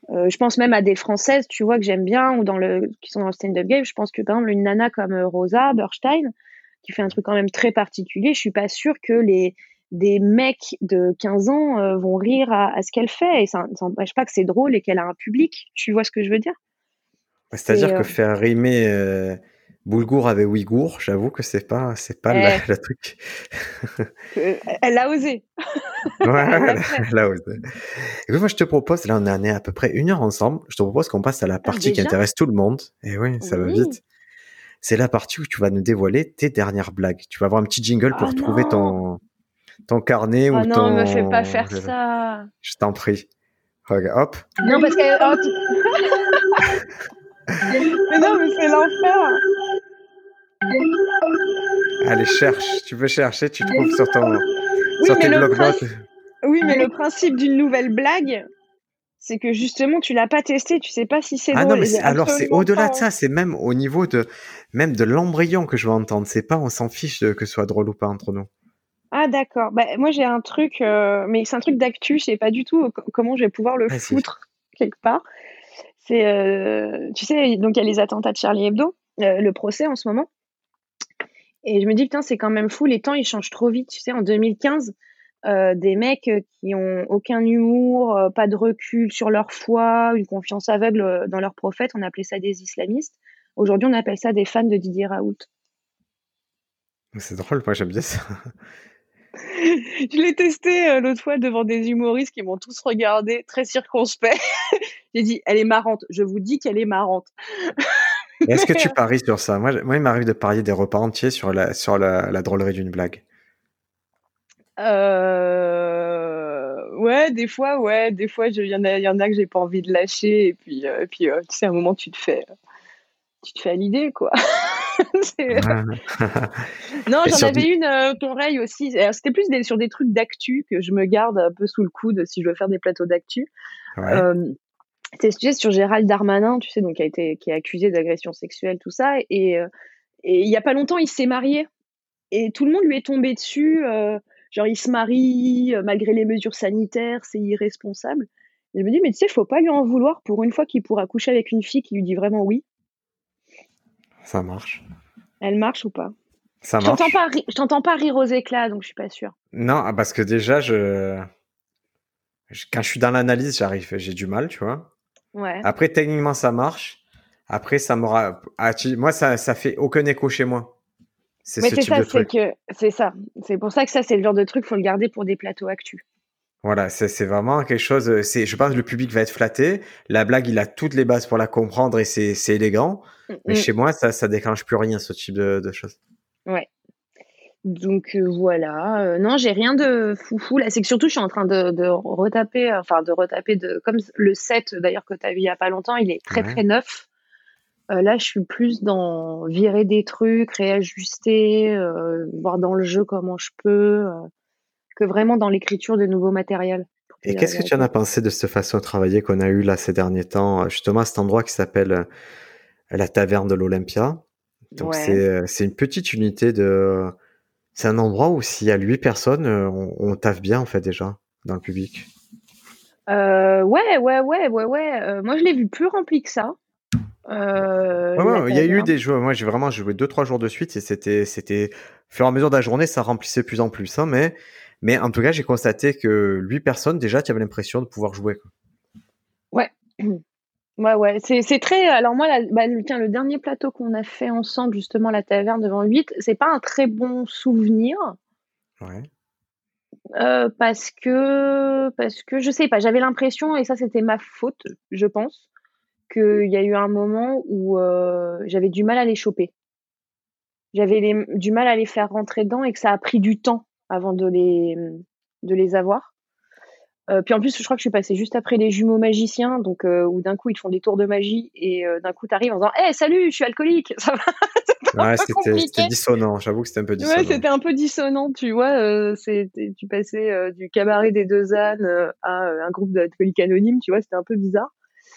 B: Euh, je pense même à des Françaises, tu vois, que j'aime bien, ou dans le, qui sont dans le stand-up game. Je pense que, par exemple, une nana comme euh, Rosa Burstein, qui fait un truc quand même très particulier, je suis pas sûre que les, des mecs de quinze ans euh, vont rire à, à ce qu'elle fait. Et ça n'empêche pas que c'est drôle et qu'elle a un public. Tu vois ce que je veux dire? C'est,
A: C'est-à-dire que
B: euh,
A: faire rimer euh, boulgour avec ouïghour, j'avoue que c'est pas, c'est pas la,
B: eh,
A: la truc.
B: que- elle a osé.
A: Ouais,
B: Elle l'a fait.
A: là, ouais. Écoute, moi, je te propose, là, on en est à peu près une heure ensemble. Je te propose qu'on passe à la
B: Ah,
A: partie qui
B: déjà?
A: intéresse tout le monde. Et oui, ça va
B: Oui.
A: vite. C'est la partie où tu vas nous dévoiler tes dernières blagues. Tu vas avoir un petit jingle
B: Oh
A: pour trouver
B: non!
A: ton, ton carnet
B: Oh
A: ou
B: non, me fais pas
A: ton...
B: faire ça.
A: Je t'en prie. Regarde, hop.
B: Non, parce que. Oh, tu- Mais non, mais c'est l'enfer.
A: Allez, cherche. Tu veux chercher, tu trouves sur ton,
B: Oui,
A: sur
B: mais
A: tes
B: le
A: bloc-notes.
B: principe, oui, mais le principe d'une nouvelle blague, c'est que justement, tu l'as pas testé, tu sais pas si c'est
A: Ah non,
B: drôle.
A: mais
B: Et j'ai
A: c'est, alors c'est
B: absolument pas
A: au-delà de
B: envie.
A: ça. C'est même au niveau de, même de l'embryon que je veux entendre. C'est pas, on s'en fiche de, que ce soit drôle ou pas entre nous.
B: Ah d'accord. Bah, moi j'ai un truc, euh, mais c'est un truc d'actu, je sais pas du tout co- comment je vais pouvoir le
A: Vas-y.
B: foutre quelque part. C'est, euh, tu sais, donc il y a les attentats de Charlie Hebdo, euh, le procès en ce moment. Et je me dis, putain, c'est quand même fou, les temps ils changent trop vite. Tu sais, en deux mille quinze, euh, des mecs euh, qui ont aucun humour, euh, pas de recul sur leur foi, une confiance aveugle euh, dans leur prophète, on appelait ça des islamistes. Aujourd'hui, on appelle ça des fans de Didier Raoult.
A: C'est drôle, moi j'aime bien ça.
B: Je l'ai testé euh, l'autre fois devant des humoristes qui m'ont tous regardé très circonspect. J'ai dit, elle est marrante. Je vous dis qu'elle est marrante.
A: Et est-ce que
B: Mais,
A: tu paries sur ça? Moi, je- moi, il m'arrive de parier des repas entiers sur la, sur la, la drôlerie d'une blague.
B: euh, ouais, des fois, ouais, des fois, il y en a, y en a que j'ai pas envie de lâcher. Et puis, euh, et puis euh, tu sais, à un moment, tu te fais, tu te fais à l'idée, quoi. C'est- Non,
A: Et
B: j'en
A: sur
B: avais
A: du...
B: une euh, pareille aussi. Alors, c'était plus des, sur des trucs d'actu que je me garde un peu sous le coude si je veux faire des plateaux d'actu.
A: Ouais.
B: Euh, C'était tu sais, sur Gérald Darmanin, tu sais, donc qui a été qui est accusé d'agression sexuelle, tout ça. Et euh, et il y a pas longtemps, il s'est marié et tout le monde lui est tombé dessus. Euh, genre, il se marie euh, malgré les mesures sanitaires, c'est irresponsable. Et je me dis, mais tu sais, faut pas lui en vouloir pour une fois qu'il pourra coucher avec une fille qui lui dit vraiment oui.
A: Ça marche.
B: Elle marche ou pas?
A: Ça
B: Je t'entends
A: marche.
B: pas, ri- je t'entends pas rire aux éclats, donc je suis pas sûre.
A: Non, ah, parce que déjà, je... je- quand je suis dans l'analyse, j'arrive, j'ai du mal, tu vois.
B: Ouais.
A: Après, techniquement, ça marche. Après, ça m'aura... ah, tu- moi, ça, ça fait aucun écho chez moi. C'est
B: Mais
A: ce
B: c'est
A: type
B: ça,
A: de
B: c'est
A: truc.
B: que c'est ça. C'est pour ça que ça, c'est le genre de truc, faut le garder pour des plateaux actu.
A: Voilà, c'est c'est vraiment quelque chose. euh, C'est, je pense que le public va être flatté. La blague, il a toutes les bases pour la comprendre et c'est c'est élégant. Mais
B: Mm,
A: chez moi, ça ça déclenche plus rien ce type de, de choses.
B: mm. Ouais. Donc euh, voilà. Euh, non, j'ai rien de foufou là. C'est que surtout, je suis en train de, de retaper, enfin de retaper de comme le set d'ailleurs que tu as vu il y a pas longtemps, il est très
A: Ouais.
B: très neuf. Euh, là, je suis plus dans virer des trucs, réajuster, euh, voir dans le jeu comment je peux, euh, que vraiment dans l'écriture de nouveaux matériels. Pour te
A: Et
B: dire la
A: qu'est-ce que tu en
B: vérité.
A: as pensé de cette façon de travailler qu'on a eu là ces derniers temps, euh, justement à cet endroit qui s'appelle euh, la taverne de l'Olympia. Donc
B: Ouais.
A: c'est euh, c'est une petite unité de. C'est un endroit où s'il y a huit personnes, euh, on, on taffe bien en fait déjà dans le public.
B: Euh, ouais, ouais, ouais, ouais, ouais. Euh, moi, je l'ai vu plus rempli que ça, euh,
A: Ouais,
B: la
A: ouais, il y a eu
B: taverne.
A: des jeux. Moi, j'ai vraiment joué deux, trois jours de suite et c'était, c'était, au fur et à mesure de la journée, ça remplissait de plus en plus, hein, mais, mais en tout cas, j'ai constaté que huit personnes, déjà, tu avais l'impression de pouvoir jouer, quoi.
B: Ouais. Ouais, ouais, c'est c'est très. Alors moi, la- bah, le- tiens, le dernier plateau qu'on a fait ensemble, justement, la taverne devant huit, c'est pas un très bon souvenir
A: Ouais.
B: euh, parce que parce que je sais pas, j'avais l'impression et ça c'était ma faute, je pense, qu'il y a eu un moment où euh, j'avais du mal à les choper, j'avais les- du mal à les faire rentrer dedans et que ça a pris du temps avant de les de les avoir. Euh, puis en plus, je crois que je suis passée juste après les jumeaux magiciens, donc euh, où d'un coup ils te font des tours de magie et euh, d'un coup t'arrives en disant, hey, salut, je suis alcoolique, ça va, c'est un
A: Ouais,
B: peu
A: c'était, c'était
B: compliqué.
A: dissonant. J'avoue que c'était un peu
B: Ouais,
A: dissonant.
B: c'était un peu dissonant, tu vois. Euh, c'était, tu passais euh, du cabaret des deux ânes euh, à euh, un groupe d'alcooliques anonymes, tu vois, c'était un peu bizarre.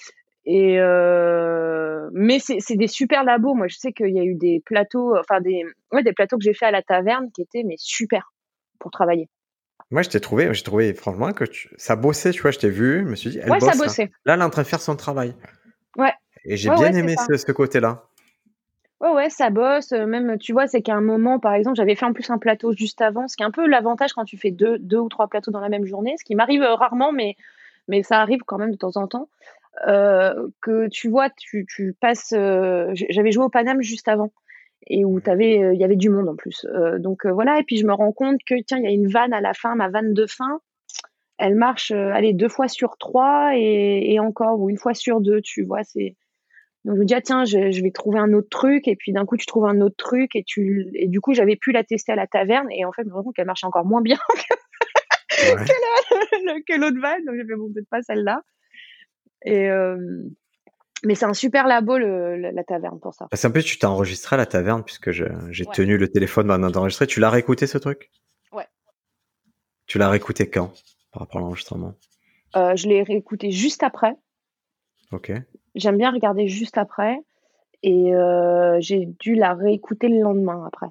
B: Et euh, mais c'est, c'est des super labos. Moi, je sais qu'il y a eu des plateaux, enfin des, ouais, des plateaux que j'ai fait à la taverne qui étaient mais super pour travailler.
A: Moi, je t'ai trouvé, j'ai trouvé franchement que tu... ça bossait, tu vois, je t'ai vu, je me suis dit, elle
B: Ouais, ça
A: bosse là.
B: bossait.
A: Là, elle est en train de faire son travail.
B: Ouais,
A: Et j'ai
B: ouais,
A: bien
B: ouais, c'est
A: aimé
B: ça.
A: ce, ce côté-là.
B: Ouais, ouais, ça bosse. euh, Même, tu vois, c'est qu'à un moment, par exemple, j'avais fait en plus un plateau juste avant, ce qui est un peu l'avantage quand tu fais deux, deux ou trois plateaux dans la même journée, ce qui m'arrive euh, rarement, mais, mais ça arrive quand même de temps en temps. Euh, que tu vois, tu, tu passes. euh, j- J'avais joué au Paname juste avant et où t'avais, euh, il y avait du monde en plus. Euh, donc euh, voilà, et puis je me rends compte que tiens, il y a une vanne à la fin, ma vanne de fin, elle marche, euh, allez, deux fois sur trois et, et encore, ou une fois sur deux, tu vois, c'est. Donc je me dis, ah, tiens, je, je vais trouver un autre truc, et puis d'un coup, tu trouves un autre truc, et, tu, et du coup, j'avais pu la tester à la taverne, et en fait, je me rends compte qu'elle marchait encore moins bien
A: Ouais.
B: que l'autre vanne, donc j'ai fait, bon, peut-être pas celle-là. Et, euh, mais c'est un super labo, le, la, la taverne, pour ça.
A: Parce qu'en plus, tu t'es enregistré à la taverne, puisque je- j'ai
B: Ouais,
A: tenu le téléphone pendant d'enregistrer. Tu l'as réécouté, ce truc?
B: ouais.
A: Tu l'as réécouté quand? Par rapport à l'enregistrement.
B: Euh, je l'ai réécouté juste après.
A: Ok.
B: J'aime bien regarder juste après. Et euh, j'ai dû la réécouter le lendemain après.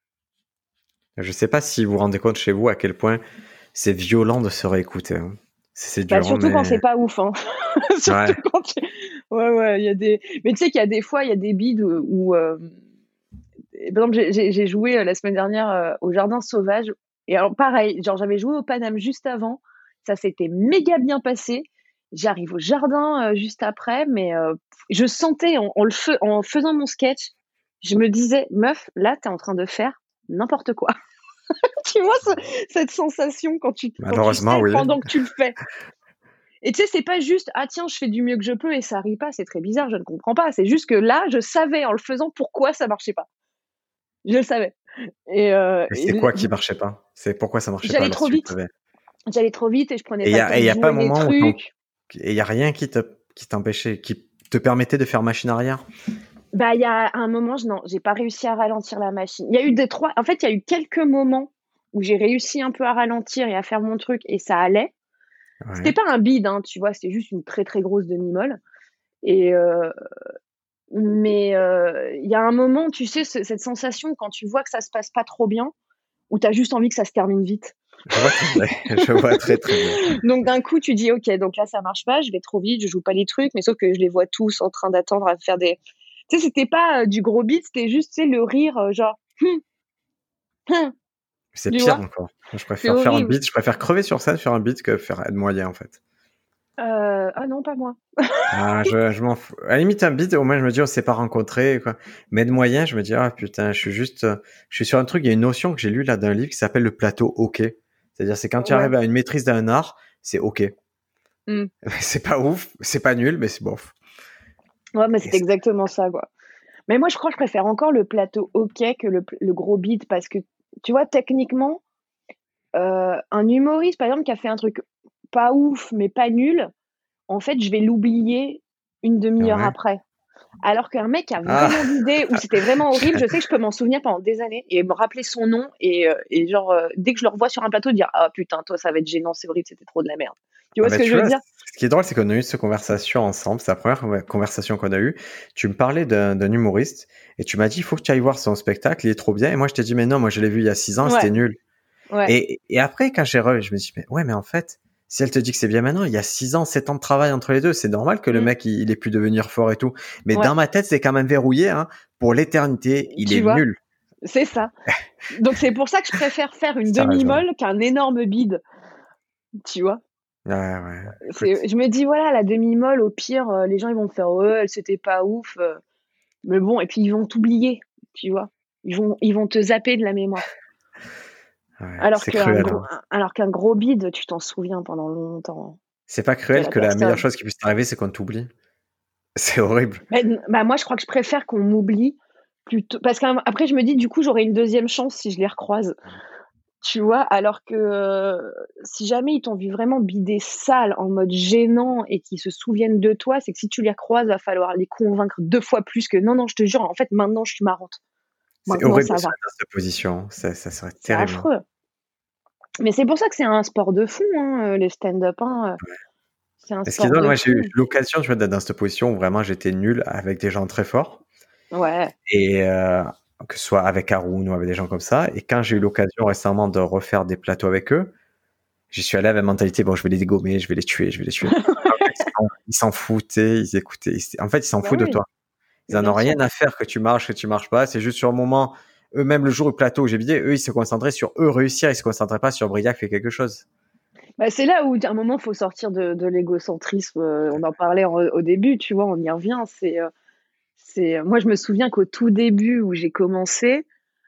A: Je sais pas si vous vous rendez compte chez vous à quel point c'est violent de se réécouter. Hein. C'est c'est
B: Bah,
A: dur, hein,
B: surtout quand
A: mais
B: c'est pas ouf, hein.
A: ouais.
B: Surtout quand tu... Ouais, ouais, il y a des... Mais tu sais qu'il y a des fois, il y a des bides où... où, euh, par exemple, j'ai- j'ai j'ai joué euh, la semaine dernière euh, au Jardin Sauvage. Et alors, pareil, genre, j'avais joué au Paname juste avant. Ça s'était méga bien passé. J'arrive au jardin euh, juste après, mais euh, je sentais en, en le feu- en faisant mon sketch, je me disais, meuf, là, t'es en train de faire n'importe quoi. Tu vois, ce- cette sensation quand tu, quand tu
A: Malheureusement,
B: sais
A: oui.
B: pendant que tu le fais. Et tu sais, c'est pas juste, ah tiens, je fais du mieux que je peux et ça arrive pas, c'est très bizarre, je ne comprends pas. C'est juste que là, je savais en le faisant pourquoi ça marchait pas. Je le savais. Et, euh,
A: Mais
B: et
A: c'est quoi qui marchait pas? C'est pourquoi ça marchait pas
B: j'allais
A: alors
B: trop
A: si tu le
B: vite.
A: savais?
B: J'allais trop vite et je prenais
A: Et il
B: pas
A: y
B: le temps
A: a, et
B: de
A: y a pas un
B: jouer les
A: moment où t'en-
B: trucs.
A: et il y a rien qui te, qui t'empêchait, qui te permettait de faire machine arrière?
B: Bah, il y a un moment, je, non, j'ai pas réussi à ralentir la machine. Il y a eu des trois, en fait, il y a eu quelques moments où j'ai réussi un peu à ralentir et à faire mon truc et ça allait. C'était
A: Ouais.
B: pas un bide, hein, tu vois, c'était juste une très très grosse demi-molle. Et, euh, Mais euh, il y a un moment, tu sais, ce- cette sensation quand tu vois que ça se passe pas trop bien, où tu as juste envie que ça se termine vite.
A: Je vois très bien. Je vois très très bien.
B: Donc d'un coup, tu dis, ok, donc là ça marche pas, je vais trop vite, je joue pas les trucs, mais sauf que je les vois tous en train d'attendre à faire des. Tu sais, c'était pas euh, du gros beat, c'était juste, tu sais, le rire, euh, genre, hum, hum,
A: C'est
B: tu
A: pire
B: vois,
A: encore. Je
B: c'est
A: préfère faire un
B: horrible.
A: beat, je préfère crever sur scène, faire un beat que faire être moyen en fait.
B: Euh, ah non, pas moi.
A: Ah, je, je m'en fous. À la limite, un beat, au moins, je me dis, on s'est pas rencontrés, quoi. Mais de moyen, je me dis, ah, putain, je suis juste, euh, je suis sur un truc, il y a une notion que j'ai lue là d'un livre qui s'appelle le plateau OK. C'est-à-dire, c'est quand tu
B: Ouais.
A: arrives à une maîtrise d'un art, c'est OK.
B: Hum.
A: C'est pas ouf, c'est pas nul, mais c'est bof.
B: Ouais, mais
A: Et
B: c'est
A: c'est-
B: exactement ça, quoi. Mais moi, je crois que je préfère encore le plateau OK que le, le gros beat parce que, tu vois, techniquement, euh, un humoriste, par exemple, qui a fait un truc pas ouf, mais pas nul, en fait, je vais l'oublier une demi-heure
A: ouais.
B: après. Alors qu'un mec qui a
A: Ah,
B: vraiment d'idées, où c'était vraiment horrible, je sais que je peux m'en souvenir pendant des années et me rappeler son nom et, euh, et genre, euh, dès que je le revois sur un plateau, dire ah putain, toi, ça va être gênant, c'est horrible, c'était trop de la merde. Tu
A: ah
B: vois ce
A: bah,
B: que je
A: tu
B: veux
A: vois,
B: dire?
A: ce qui est drôle, c'est qu'on a eu cette conversation ensemble. C'est la première conver- conversation qu'on a eue. Tu me parlais d'un d'un humoriste et tu m'as dit, il faut que tu ailles voir son spectacle, il est trop bien. Et moi, je t'ai dit, mais non, moi, je l'ai vu il y a six ans,
B: Ouais,
A: c'était nul.
B: ouais,
A: Et, et après, quand j'ai revu, je me dis, mais ouais, mais en fait, si elle te dit que c'est bien maintenant, il y a six ans, sept ans de travail entre les deux, c'est normal que le
B: mm,
A: mec, il, il ait pu devenir fort et tout. Mais
B: ouais,
A: dans ma tête, c'est quand même verrouillé, hein. Pour l'éternité, il
B: tu
A: est
B: vois,
A: nul.
B: c'est ça. Donc c'est pour ça que je préfère faire une
A: Ça raison.
B: demi-molle qu'un énorme bide, tu vois.
A: Ouais, ouais.
B: C'est,
A: Écoute.
B: je me dis voilà, la demi-molle, au pire, euh, les gens ils vont me faire ouais, elle c'était pas ouf, euh, mais bon, et puis ils vont t'oublier, tu vois. Ils vont, ils vont te zapper de la mémoire.
A: Ouais,
B: Alors
A: c'est
B: qu'un
A: cruel,
B: gros,
A: hein.
B: alors qu'un gros bide, tu t'en souviens pendant longtemps
A: C'est pas
B: de
A: cruel
B: la
A: que la meilleure
B: personne.
A: chose qui puisse t'arriver, c'est qu'on t'oublie. C'est horrible.
B: Mais, bah moi, je crois que je préfère qu'on m'oublie plutôt, parce qu'après je me dis du coup j'aurai une deuxième chance si je les recroise, tu vois. Alors que euh, si jamais ils t'ont vu vraiment bider sale en mode gênant et qu'ils se souviennent de toi, c'est que si tu les recroises, va falloir les convaincre deux fois plus que non non, je te jure, en fait maintenant je suis marrante,
A: C'est
B: maintenant
A: horrible de
B: ça
A: se
B: va.
A: mettre dans cette position. Ça, ça serait
B: C'est
A: terrible.
B: affreux. Mais c'est pour ça que c'est un sport de fou, hein, les stand-up. Hein. C'est un
A: Et ce qui est
B: sport
A: drôle,
B: de
A: moi, j'ai eu
B: fou.
A: l'occasion, tu vois, d'être dans cette position où vraiment j'étais nul avec des gens très forts.
B: Ouais.
A: Et euh, que ce soit avec Haroun ou avec des gens comme ça. Et quand j'ai eu
B: Mm.
A: l'occasion récemment de refaire des plateaux avec eux, J'y suis allé avec la mentalité, bon, je vais les dégommer, je vais les tuer, je vais les tuer. Ils s'en foutaient, ils écoutaient. Ils- En fait, ils s'en
B: Bah
A: foutent de
B: oui,
A: toi. Ils
B: mais
A: en ont
B: bien sûr.
A: rien à faire que tu marches, que tu marches pas. C'est juste sur le moment, eux-mêmes, le jour du plateau où j'ai vidé, eux, ils se concentraient sur eux réussir, ils se concentraient pas sur Briac fait quelque chose.
B: Bah, c'est là où, à un moment, faut sortir de, de l'égocentrisme. Euh, On en parlait en- au début, tu vois, on y revient. C'est, euh, c'est, moi, je me souviens qu'au tout début où j'ai commencé,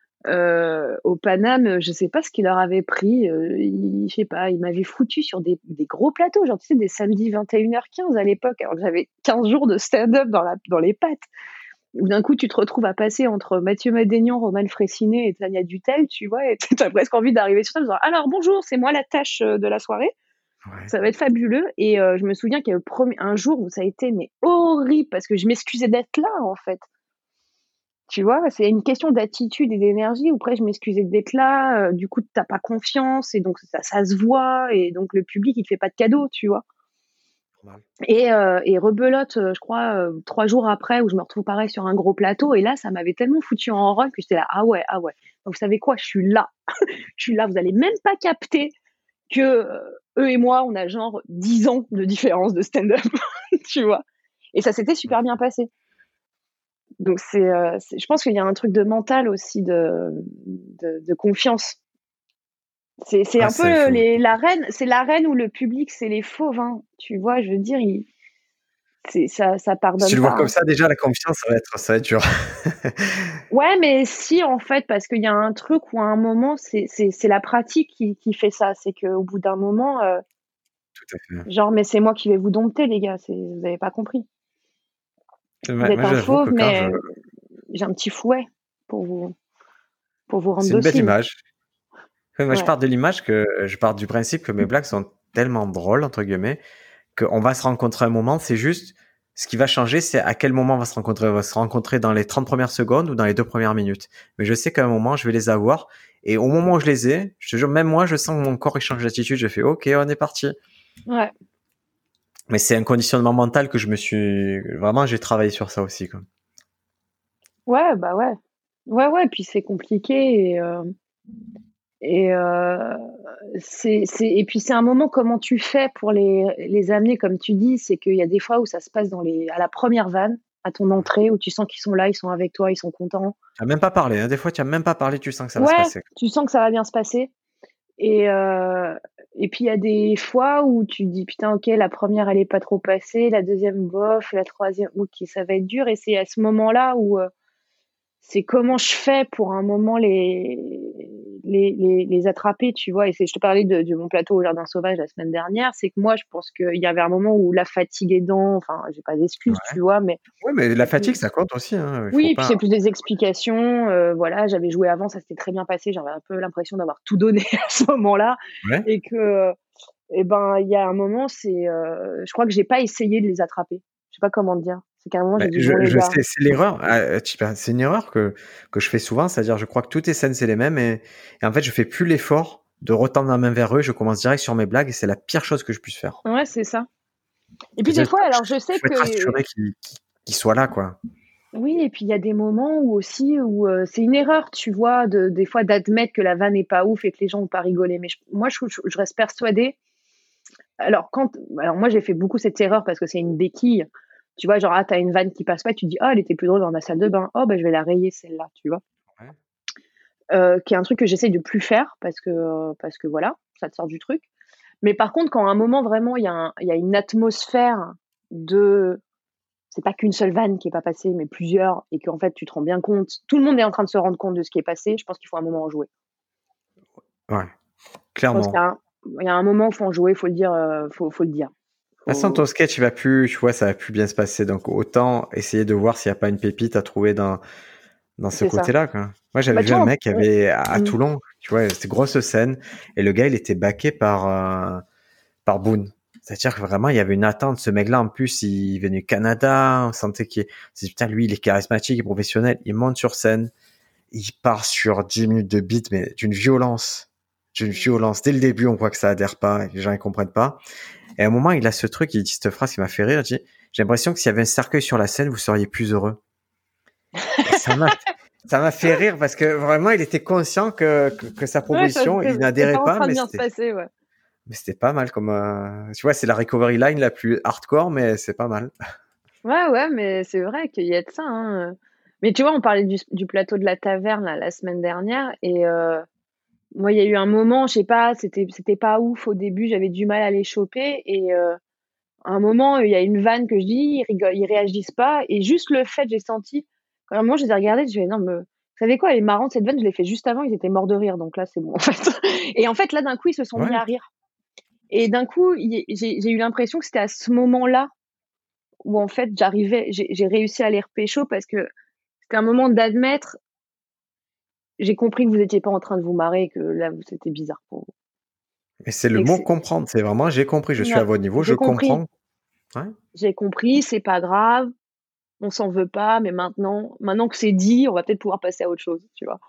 B: euh, au Paname, je sais pas ce qu'il leur avait pris. Euh, il, je sais pas, ils m'avaient foutu sur des, des gros plateaux, genre, tu sais, des samedis vingt et une heures quinze à l'époque, alors que j'avais quinze jours de stand-up dans, la, dans les pattes. Où d'un coup, tu te retrouves à passer entre Mathieu Madénian, Roman Frécinet et Tania Dutel, tu vois, et t'as presque envie d'arriver sur ça en disant, alors bonjour, c'est moi la tâche euh, de la soirée.
A: Ouais.
B: Ça va être fabuleux. Et euh, je me souviens qu'il y a eu premier, un jour où ça a été mais horrible parce que je m'excusais d'être là, en fait. Tu vois, c'est une question d'attitude et d'énergie. Ou après, je m'excusais d'être là. Euh, du coup, t'as pas confiance et donc ça, ça se voit. Et donc le public, il te fait pas de cadeau, tu vois.
A: Normal.
B: Et, euh, et rebelote, euh, je crois, euh, trois jours après, où je me retrouve pareil sur un gros plateau. Et là, ça m'avait tellement foutu en rock que j'étais là, ah ouais, ah ouais. Donc, vous savez quoi, je suis là. Je suis là. Vous allez même pas capter que euh, eux et moi, on a genre dix ans de différence de stand-up, tu vois. Et ça s'était super bien passé. Donc, c'est, euh, c'est- je pense qu'il y a un truc de mental aussi, de, de, de confiance. C'est, c'est
A: Ah,
B: un
A: ça, il
B: peu
A: faut.
B: les, l'arène, c'est l'arène où le public, c'est les fauves, hein. Tu vois, je veux dire, il, c'est, ça, ça
A: Si tu
B: pardonne
A: le vois
B: pas,
A: comme
B: hein.
A: ça, déjà, la confiance, ça va être, ça va être dur.
B: Ouais, mais si, en fait, parce qu'il y a un truc où à un moment, c'est, c'est, c'est la pratique qui, qui fait ça. C'est qu'au bout d'un moment, euh,
A: Tout à fait.
B: genre, mais c'est moi qui vais vous dompter, les gars. C'est, vous avez pas compris. Vous
A: Ouais,
B: êtes
A: moi,
B: un
A: j'avoue que
B: fauve,
A: quand je,
B: mais j'ai un petit fouet pour vous, pour vous rendre
A: c'est une belle
B: docile.
A: image. Ouais, moi, je
B: Ouais.
A: pars de l'image que, je pars du principe que mes blagues sont tellement drôles, entre guillemets, qu'on va se rencontrer un moment, c'est juste, ce qui va changer, c'est à quel moment on va se rencontrer. On va se rencontrer dans les trente premières secondes ou dans les deux premières minutes. Mais je sais qu'à un moment, je vais les avoir. Et au moment où je les ai, je te jure, même moi, je sens que mon corps échange d'attitude. Je fais, OK, on est parti.
B: Ouais.
A: Mais c'est un conditionnement mental que je me suis, vraiment, j'ai travaillé sur ça aussi, quoi.
B: Ouais, bah ouais. Ouais, ouais, puis c'est compliqué et, euh, et euh, c'est, c'est, et puis c'est un moment, comment tu fais pour les, les amener, comme tu dis, c'est qu'il y a des fois où ça se passe dans les, à la première vanne, à ton entrée, où tu sens qu'ils sont là, ils sont avec toi, ils sont contents.
A: Tu as même pas parlé, hein. Des fois, tu as même pas parlé, tu sens que ça va se
B: Ouais,
A: passer.
B: tu sens que ça va bien se passer. Et, euh, et puis il y a des fois où tu te dis putain, ok, la première elle est pas trop passée, la deuxième bof, la troisième, ok, ça va être dur. Et c'est à ce moment-là où euh, c'est comment je fais pour un moment les les, les, les attraper, tu vois. Et c'est, je te parlais de, de mon plateau au Jardin Sauvage la semaine dernière, c'est que moi je pense qu'il y avait un moment où la fatigue aidant, enfin j'ai pas d'excuses,
A: Ouais.
B: tu vois, mais
A: Ouais, mais la
B: c'est plus,
A: fatigue, ça compte aussi, hein. Il faut
B: oui, et puis
A: pas.
B: c'est plus des explications. Euh, voilà, j'avais joué avant, ça s'était très bien passé, j'avais un peu l'impression d'avoir tout donné à ce moment-là,
A: Ouais.
B: et que et ben il y a un moment, c'est, euh, je crois que j'ai pas essayé de les attraper. Je sais pas comment te dire. C'est qu'à un moment
A: Bah,
B: j'ai dit
A: je,
B: bon les
A: je
B: gars,
A: sais, c'est l'erreur. ah, tu- bah, C'est une erreur que, que je fais souvent, c'est-à-dire je crois que toutes les scènes c'est les mêmes et, et en fait je fais plus l'effort de retendre la main vers eux, je commence direct sur mes blagues et c'est la pire chose que je puisse faire.
B: ouais c'est ça. Et puis des
A: C'est-à-dire
B: fois,
A: que je,
B: alors je
A: je
B: sais
A: veux
B: que
A: être assuré qu'ils qu'ils- qu'ils soient là, quoi.
B: oui, et puis il y a des moments où aussi où euh, c'est une erreur, tu vois, de des fois d'admettre que la vanne n'est pas ouf et que les gens ont pas rigolé. Mais je- moi je, je, je reste persuadée. Alors quand, alors moi j'ai fait beaucoup cette erreur parce que c'est une béquille. Tu vois, genre ah t'as une vanne qui passe pas, tu te dis ah elle était plus drôle dans ma salle de bain. Oh ben je vais la rayer celle-là, tu vois.
A: Ouais.
B: Euh, qui est un truc que j'essaye de plus faire parce que euh, parce que voilà, ça te sort du truc. Mais par contre, quand à un moment vraiment il y a un, il y a une atmosphère de, c'est pas qu'une seule vanne qui est pas passée, mais plusieurs, et qu'en fait tu te rends bien compte, tout le monde est en train de se rendre compte de ce qui est passé. Je pense qu'il faut un moment en jouer.
A: Ouais,
B: Je pense qu'il y
A: clairement.
B: a un, il y a un moment où il faut en jouer, faut le dire, euh, faut, faut le dire.
A: De toute façon,
B: Faut...
A: ton sketch, il va plus, tu vois, ça va plus bien se passer. Donc, autant essayer de voir s'il n'y a pas une pépite à trouver dans, dans ce
B: C'est ça.
A: côté-là, quoi. Moi, j'avais
B: Bah
A: vu
B: tu
A: un
B: vois,
A: mec qui
B: on-
A: avait, à, à
B: on-
A: Toulon, tu vois, c'était grosse scène, et le gars, il était backé par, euh, par Boone. C'est-à-dire que vraiment, il y avait une attente. Ce mec-là, en plus, il venait du Canada, on sentait qu'il, c'est, putain, lui, il est charismatique et professionnel. Il monte sur scène, il part sur dix minutes de beat, mais d'une violence. D'une violence. Dès le début, on voit que ça adhère pas, les gens, ils comprennent pas. Et à un moment, il a ce truc, il dit cette phrase qui m'a fait rire, il dit, j'ai l'impression que s'il y avait un cercueil sur la scène, vous seriez plus heureux. Et ça m'a, ça m'a fait rire parce que vraiment, il était conscient que, que, que sa
B: ouais, ça
A: proposition,
B: c'était
A: il
B: c'était pas
A: n'adhérait
B: en
A: pas,
B: train de
A: mais
B: bien se
A: c'était,
B: passer, ouais.
A: Mais c'était pas mal comme, euh, tu vois, c'est la recovery line la plus hardcore, mais c'est pas mal.
B: Ouais, ouais, mais c'est vrai qu'il y a de ça, hein. Mais tu vois, on parlait du, du plateau de la taverne là, la semaine dernière, et euh, moi, il y a eu un moment, je sais pas, c'était c'était pas ouf au début, j'avais du mal à les choper, et euh, à un moment, il y a une vanne que je dis, ils rigolent, ils réagissent pas, et juste le fait, j'ai senti, quand à un moment, je les ai regardés, je me non, mais vous savez quoi, elle est marrante cette vanne, je l'ai fait juste avant, ils étaient morts de rire, donc là, c'est bon, en fait. Et en fait, là, d'un coup, ils se sont mis
A: Ouais.
B: à rire. Et d'un coup, il- j'ai j'ai eu l'impression que c'était à ce moment-là où, en fait, j'arrivais, j'ai j'ai réussi à les repécho parce que c'était un moment d'admettre, j'ai compris que vous étiez pas en train de vous marrer et que là, vous- c'était bizarre pour vous.
A: Et c'est le
B: Et que
A: mot
B: c'est,
A: comprendre. C'est vraiment, j'ai compris, je suis
B: ouais,
A: à votre niveau, je
B: j'ai compris,
A: comprends. Ouais.
B: j'ai compris, c'est pas grave, on s'en veut pas, mais maintenant, maintenant que c'est dit, on va peut-être pouvoir passer à autre chose, tu vois.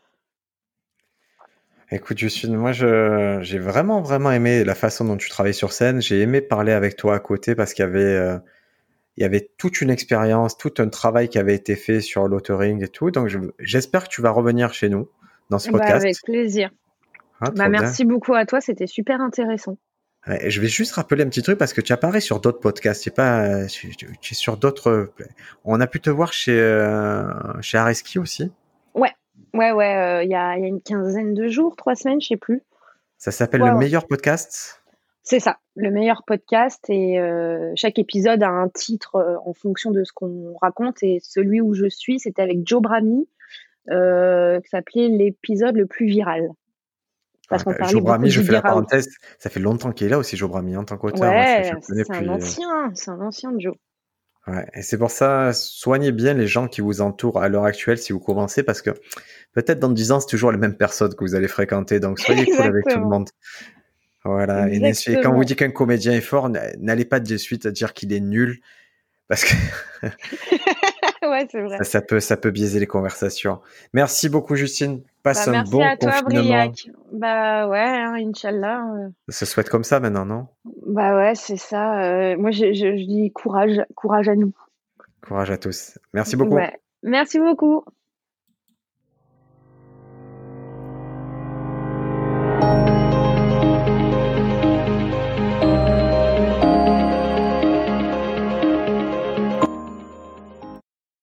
A: Écoute, Justine, moi, je, j'ai vraiment, vraiment aimé la façon dont tu travailles sur scène. J'ai aimé parler avec toi à côté parce qu'il y avait, euh, il y avait toute une expérience, tout un travail qui avait été fait sur l'auteuring et tout. Donc, je- j'espère que tu vas revenir chez nous dans ce
B: Bah, avec
A: podcast.
B: plaisir.
A: Ah,
B: Bah,
A: trop bien.
B: merci beaucoup à toi, c'était super intéressant.
A: Ouais, et je vais juste rappeler un petit truc parce que tu apparais sur d'autres podcasts. C'est pas, euh, tu, tu- tu es sur d'autres. On a pu te voir chez, euh, chez Areski aussi.
B: Ouais, ouais, ouais, euh, il y a, il y a une quinzaine de jours, trois semaines, je sais plus.
A: Ça s'appelle Le
B: Ouais, ouais.
A: Meilleur Podcast.
B: C'est ça, le meilleur podcast, et euh, chaque épisode a un titre euh, en fonction de ce qu'on raconte, et celui où je suis, c'était avec Joe Brami, euh, qui s'appelait l'épisode le plus viral,
A: Ouais,
B: parce qu'on
A: bah,
B: parlait
A: Joe
B: beaucoup
A: Brami,
B: de
A: je fais
B: Bigger
A: la
B: Out.
A: parenthèse. Ça fait longtemps qu'il est là aussi, Joe Brami, en tant qu'auteur. Moi, je, je
B: Ouais,
A: le connais
B: c'est un
A: depuis.
B: ancien, c'est un ancien Joe.
A: Ouais, et c'est pour ça, soignez bien les gens qui vous entourent à l'heure actuelle si vous commencez, parce que peut-être dans dix ans, c'est toujours les mêmes personnes que vous allez fréquenter. Donc, soyez cool avec tout le
B: Exactement,
A: monde. Voilà. Et, n'essayez- et quand on vous
B: exactement.
A: dit qu'un comédien est fort, n- n'allez pas de suite dire qu'il est nul, parce que
B: Ouais, c'est vrai.
A: ça, ça peut, ça peut biaiser les conversations. Merci beaucoup, Justine.
B: Bah,
A: Passe un
B: merci
A: bon
B: à toi,
A: confinement.
B: Briac. Bah ouais, hein, Inch'Allah. euh.
A: Ça se souhaite comme ça maintenant, non?
B: Bah ouais, c'est ça. euh, moi, je, je, je dis courage, courage à nous.
A: Courage à tous. Merci beaucoup.
B: Ouais. Merci beaucoup.